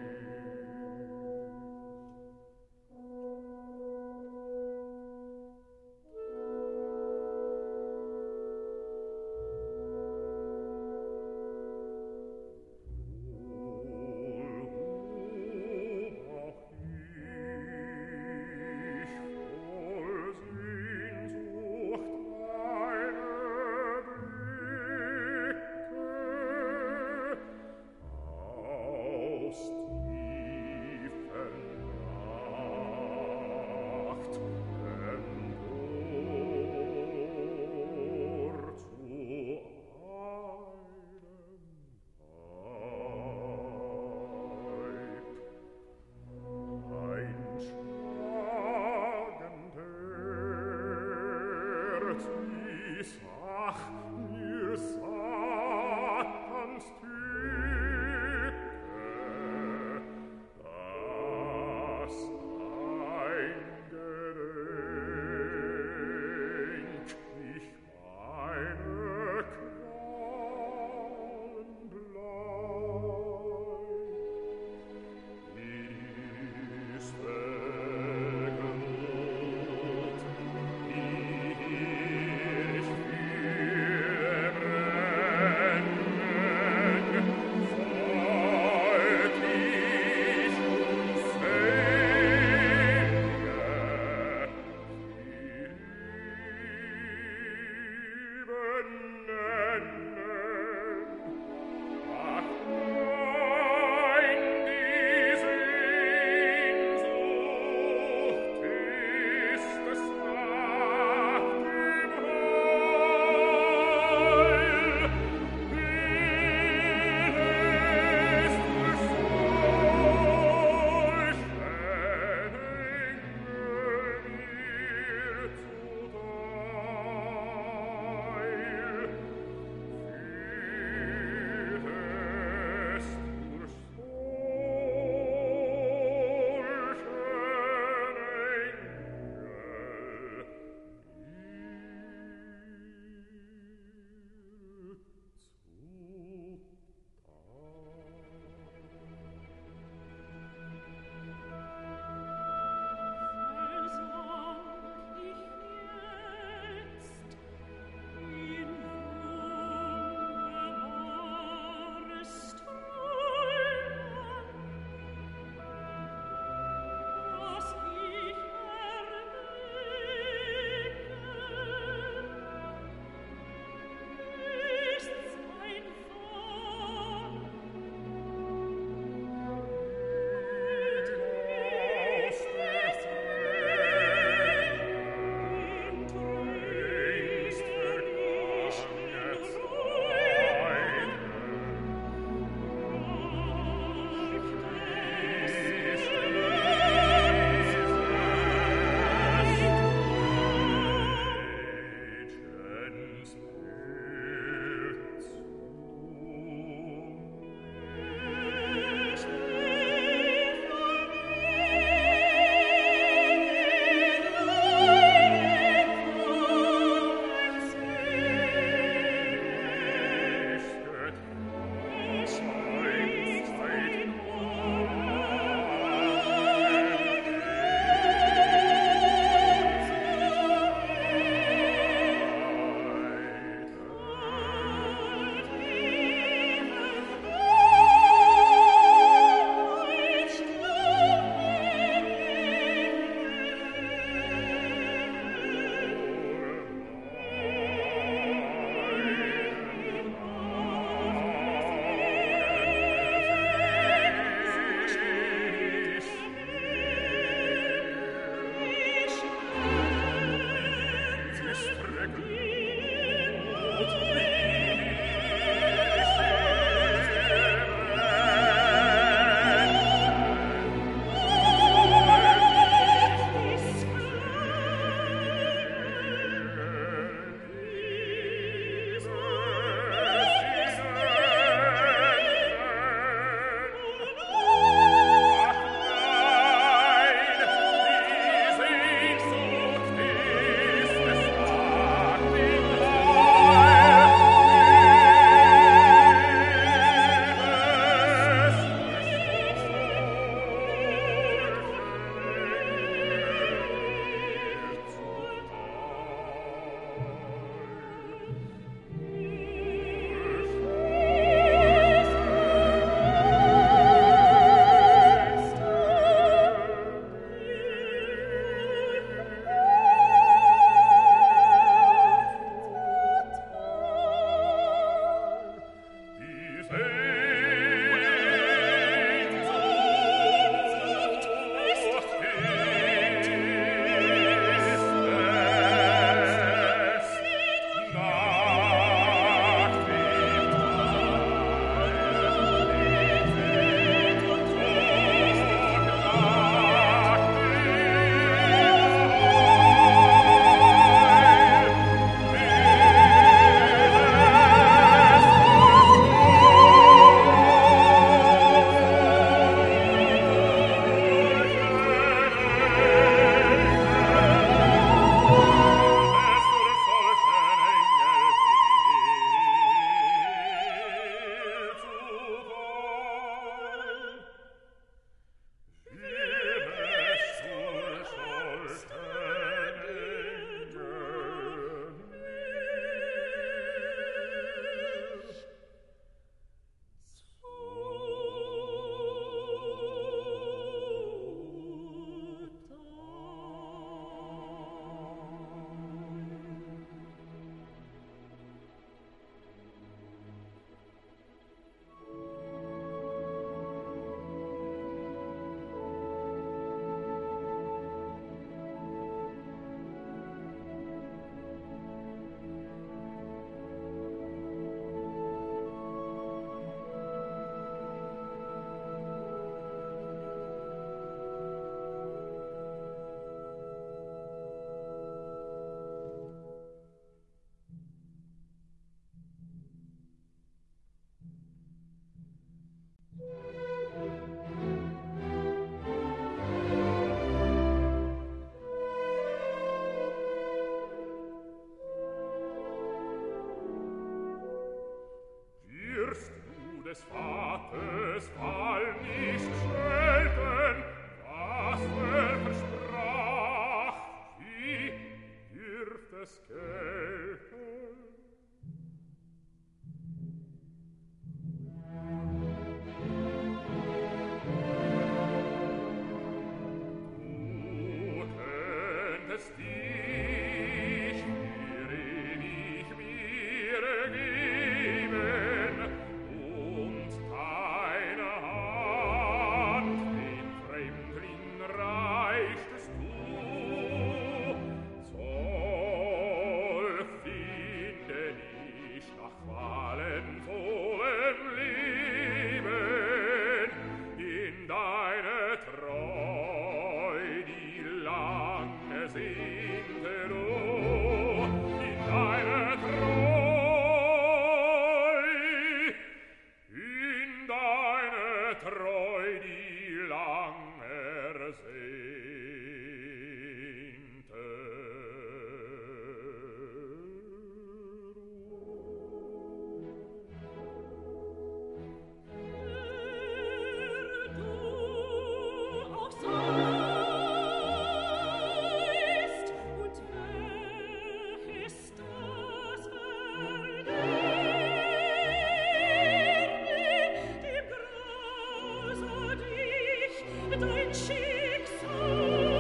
des Vaters Fall nicht schelten, was er versprach, wie dürft es gelten? Du könntest dich für ewig mir geben und deine Hand den Fremdling reichtest du, soll finde ich nach qualenvollem Leben in deine Treu, die lange sehnte du, in deine Treu, in deine Treu, die lange ersehnte Du auch seist und wähest das Verderben, dem Grase dich dein Schicksal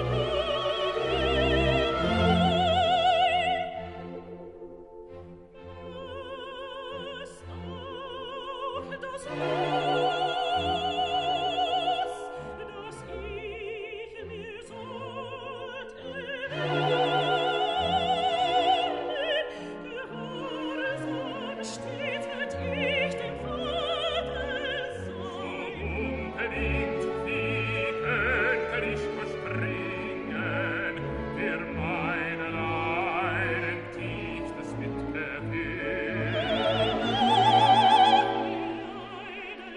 was auch das Los, das ich mir sollt erwählen, gehorsam stets wird ich dem Vater sein. unbedingt, wie könnte ich verspringen, der meine Leiden tiefstes mitgefühlt. Leiden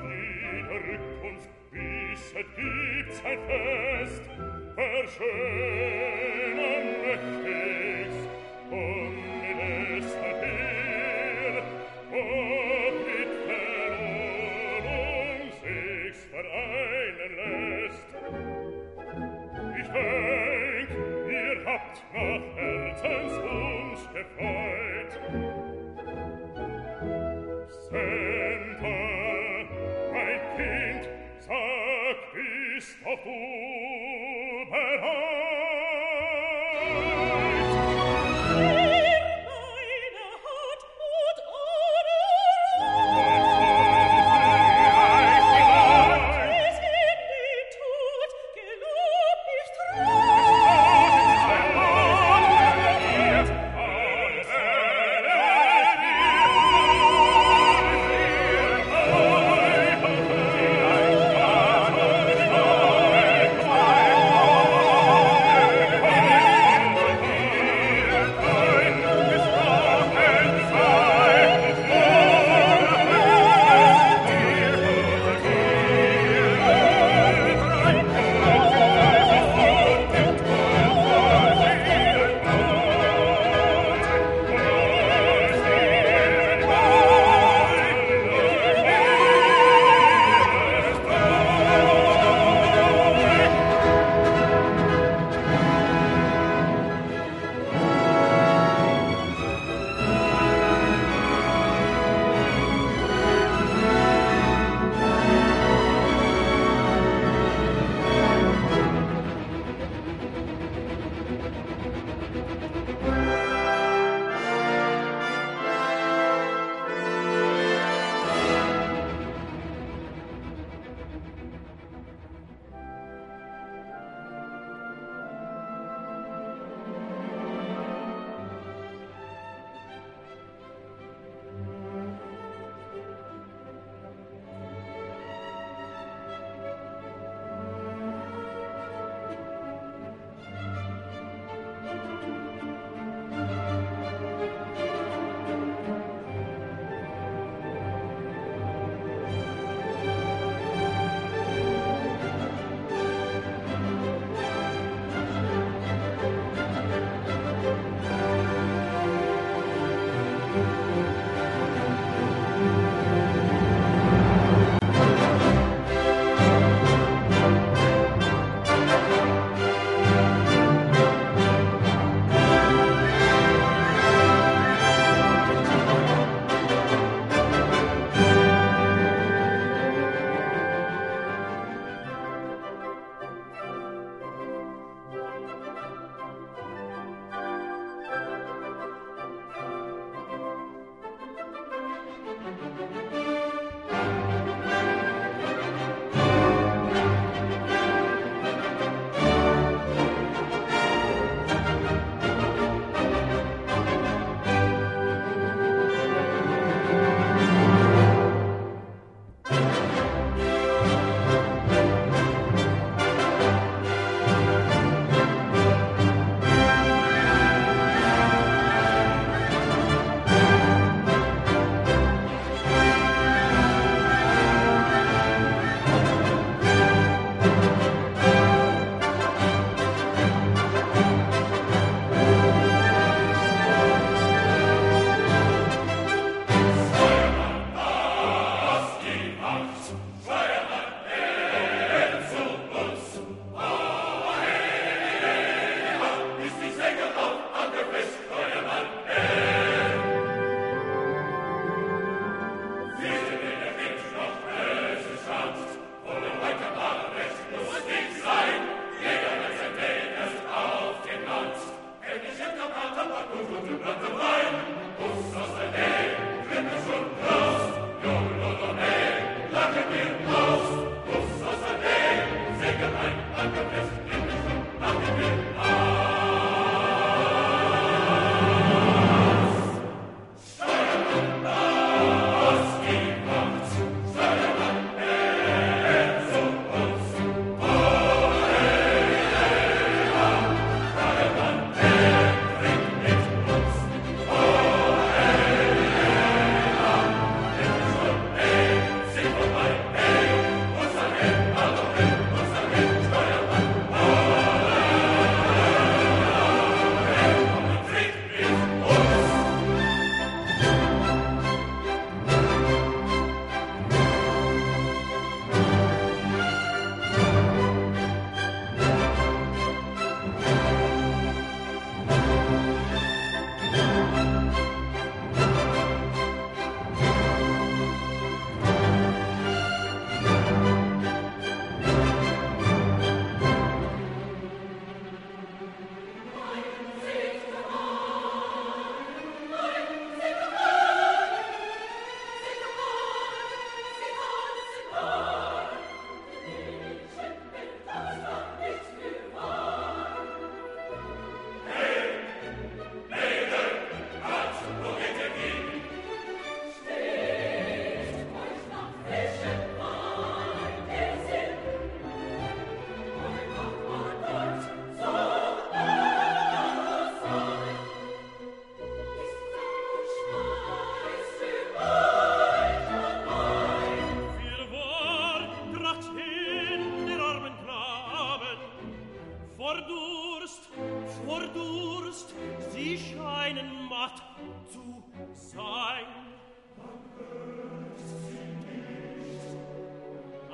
jeder rückt uns, wisset, gibt's ein Fest, verschönern mächtigst, und mit es her, ob mit Verlohnung sich's vereinen lässt. Ich denk, ihr habt nach Herzenswunsch gefreut. Senta, mein Kind, sag, bist auch du bereit? Hey!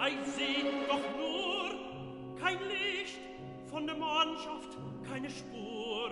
Ei, seht doch nur, kein Licht, von der Mannschaft keine Spur.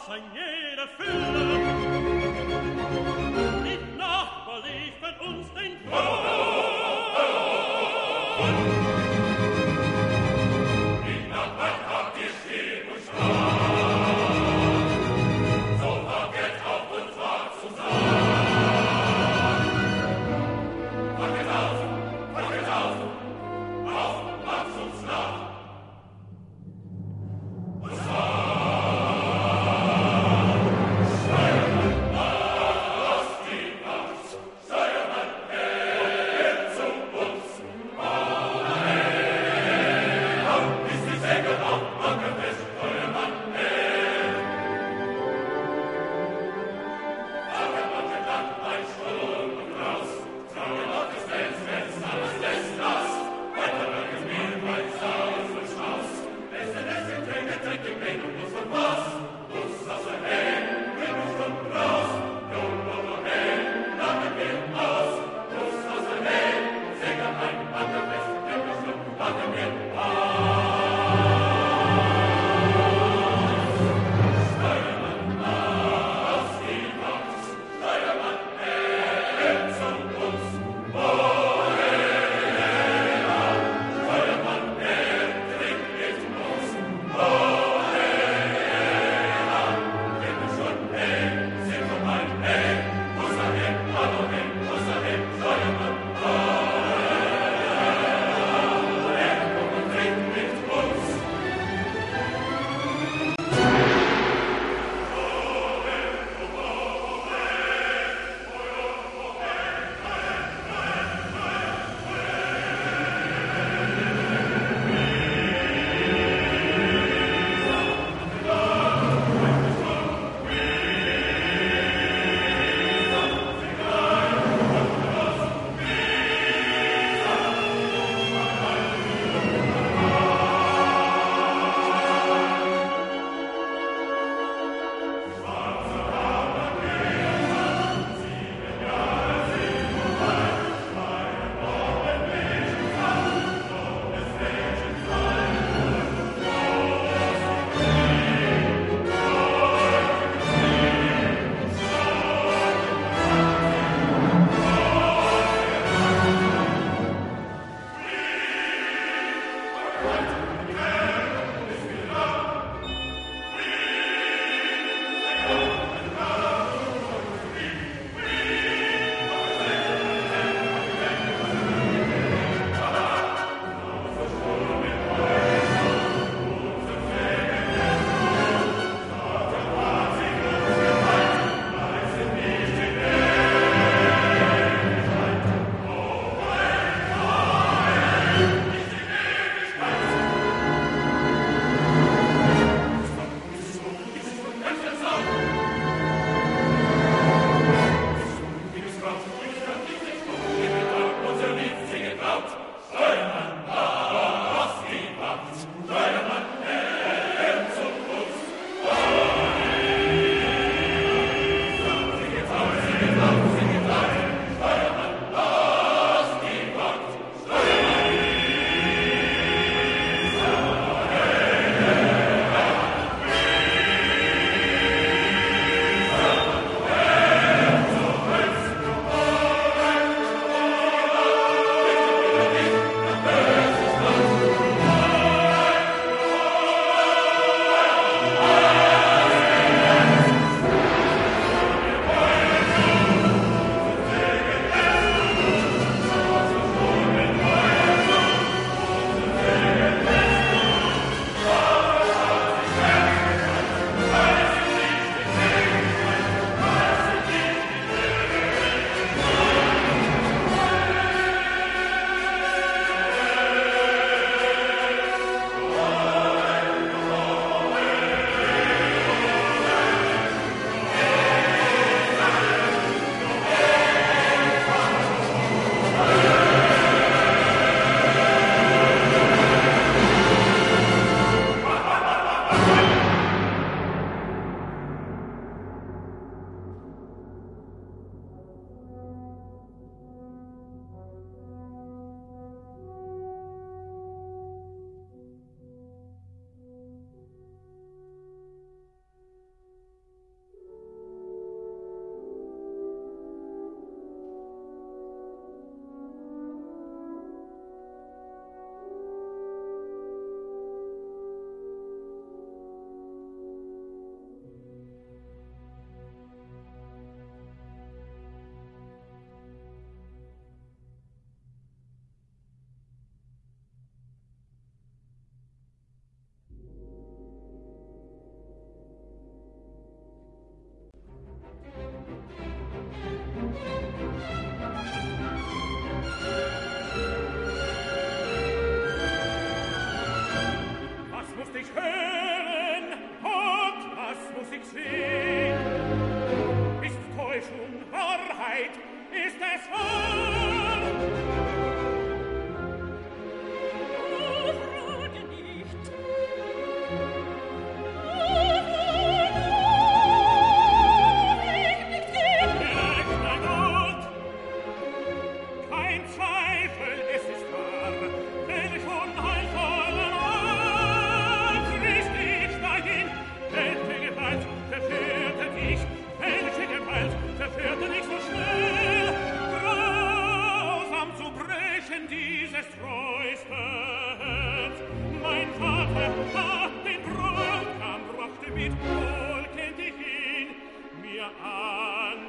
Wasser in jeder Fülle. Die Nachbar liefen uns den Tod. Die Nachbar habt ihr stehen und schlagen. So wacket auf uns war zu sagen. Wacket auf, wacket auf, auf, macht's uns nach. Und zwar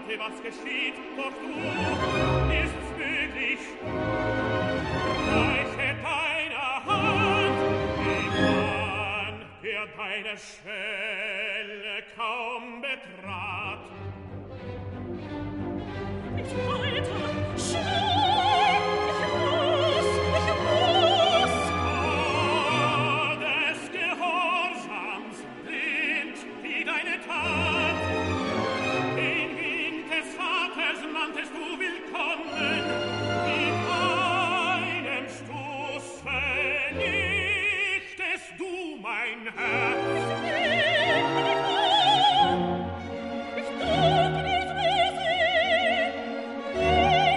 warte, was geschieht, doch du, ist's möglich, reiche deine Hand, den Mann, der deine Schwelle kaum betrat. Nicht weiter, schnell, ich muss, ich muss. Oh, des Gehorsams, blind wie deine Tat, den Wink des Vaters nanntest du willkommen, mit einem Stoße nichtest du mein Herz. Ich tue nicht, wie sie,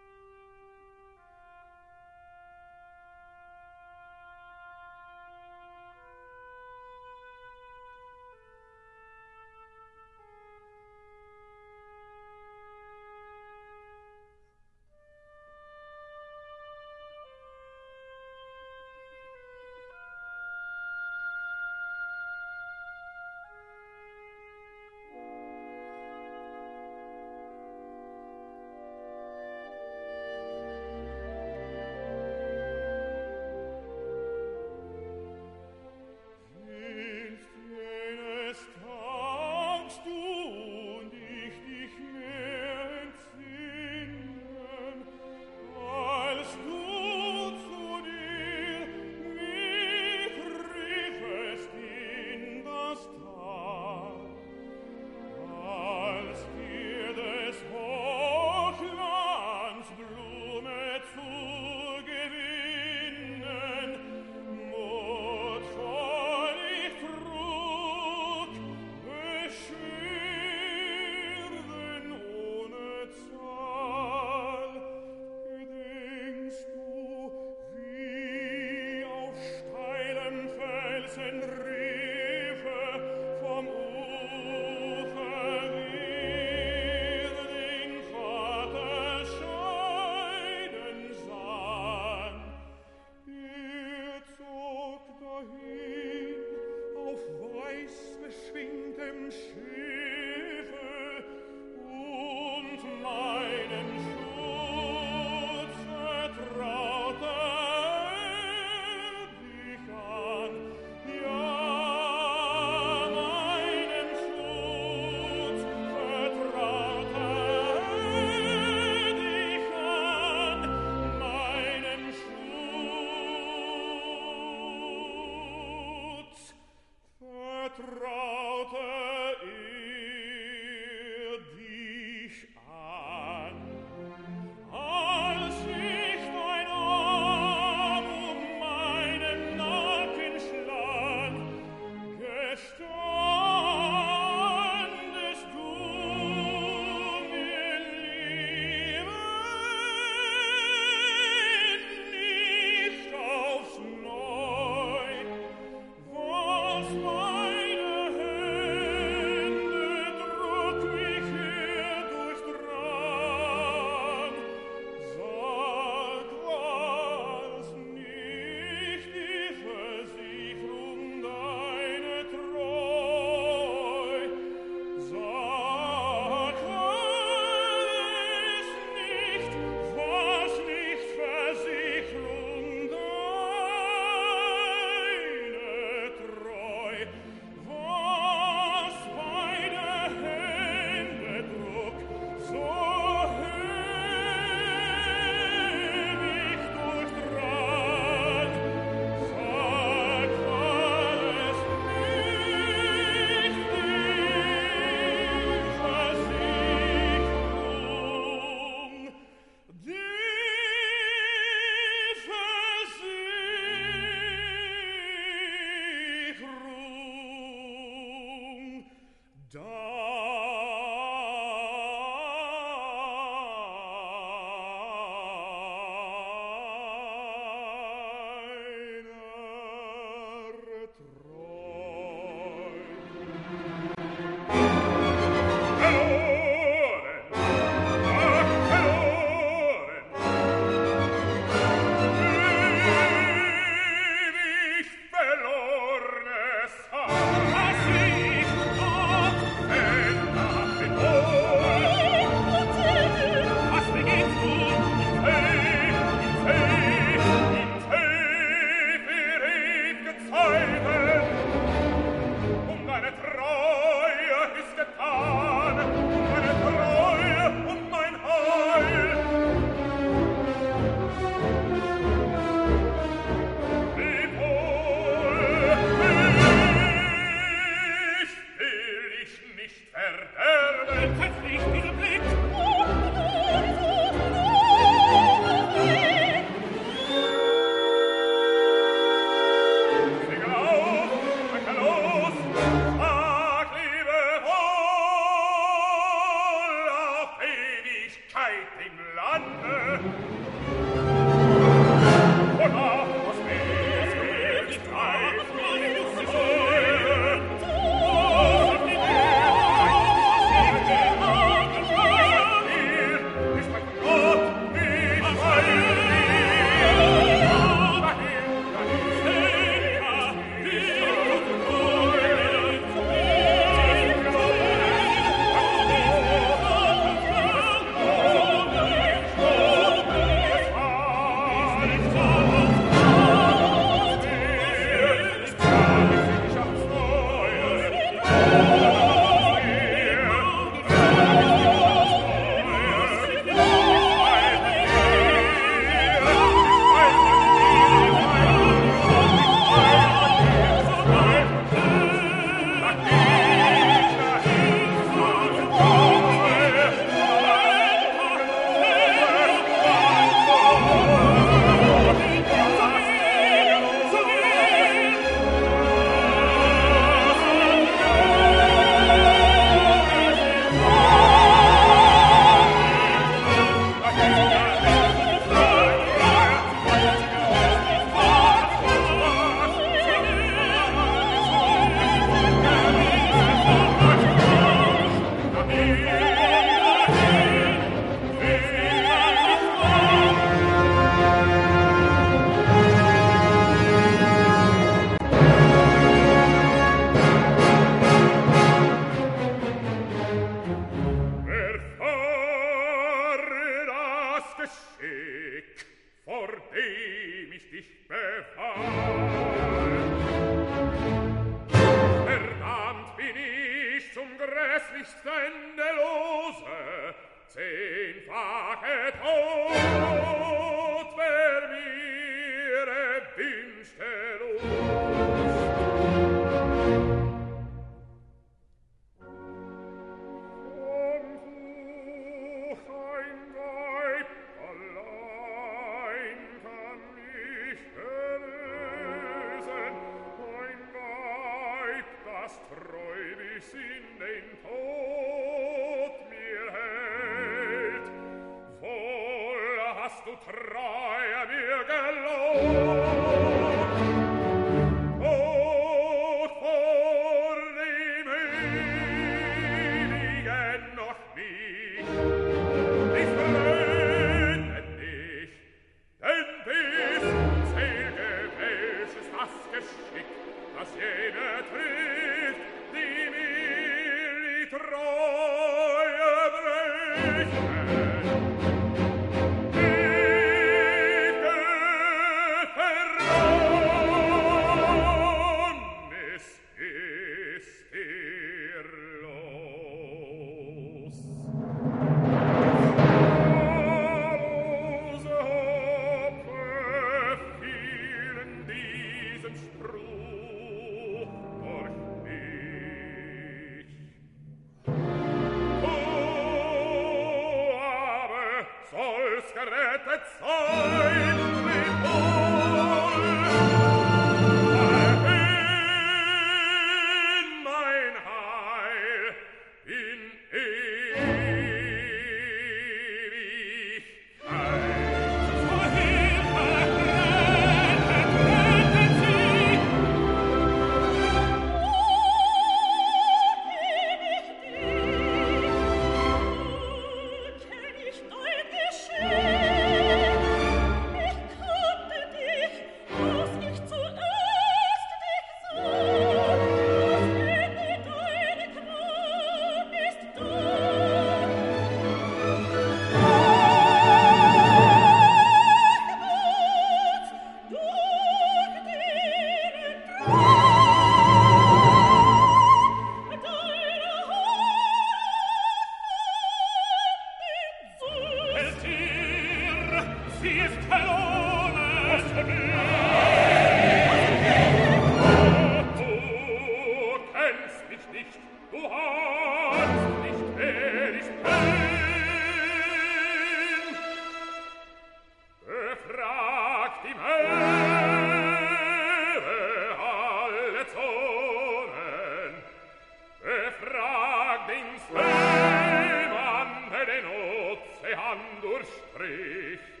Durchstrich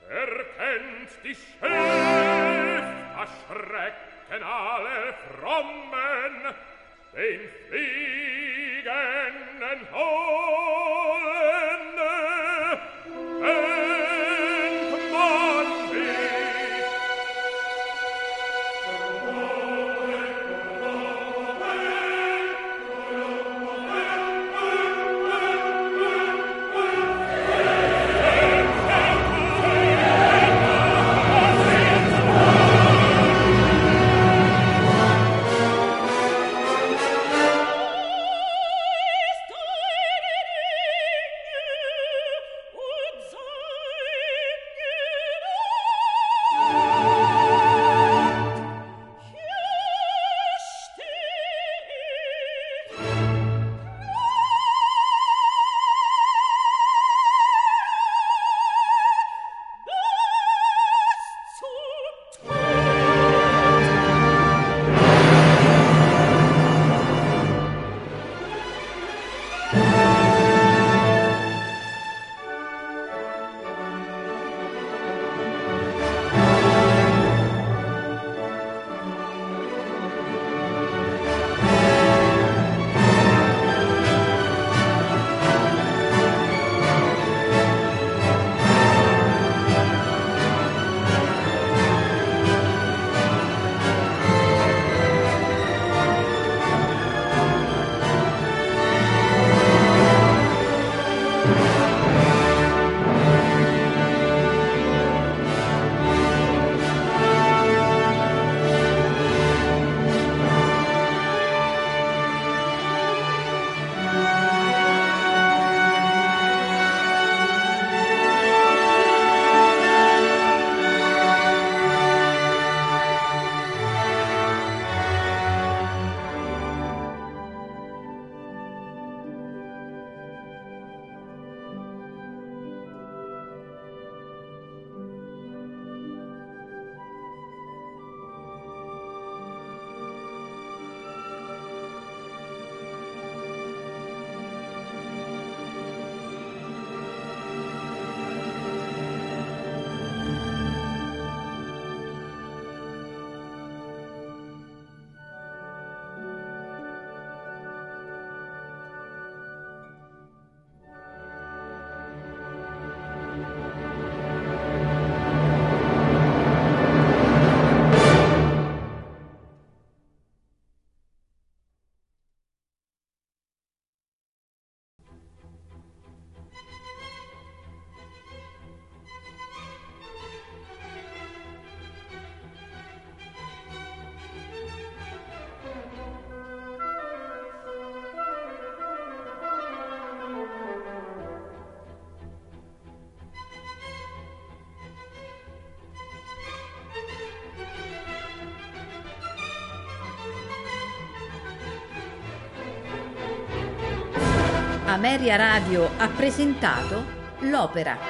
erkennt die Schrift, erschrecken alle Frommen, den fliegenden Hohlen, denkt man nicht. Ameria Radio ha presentato l'opera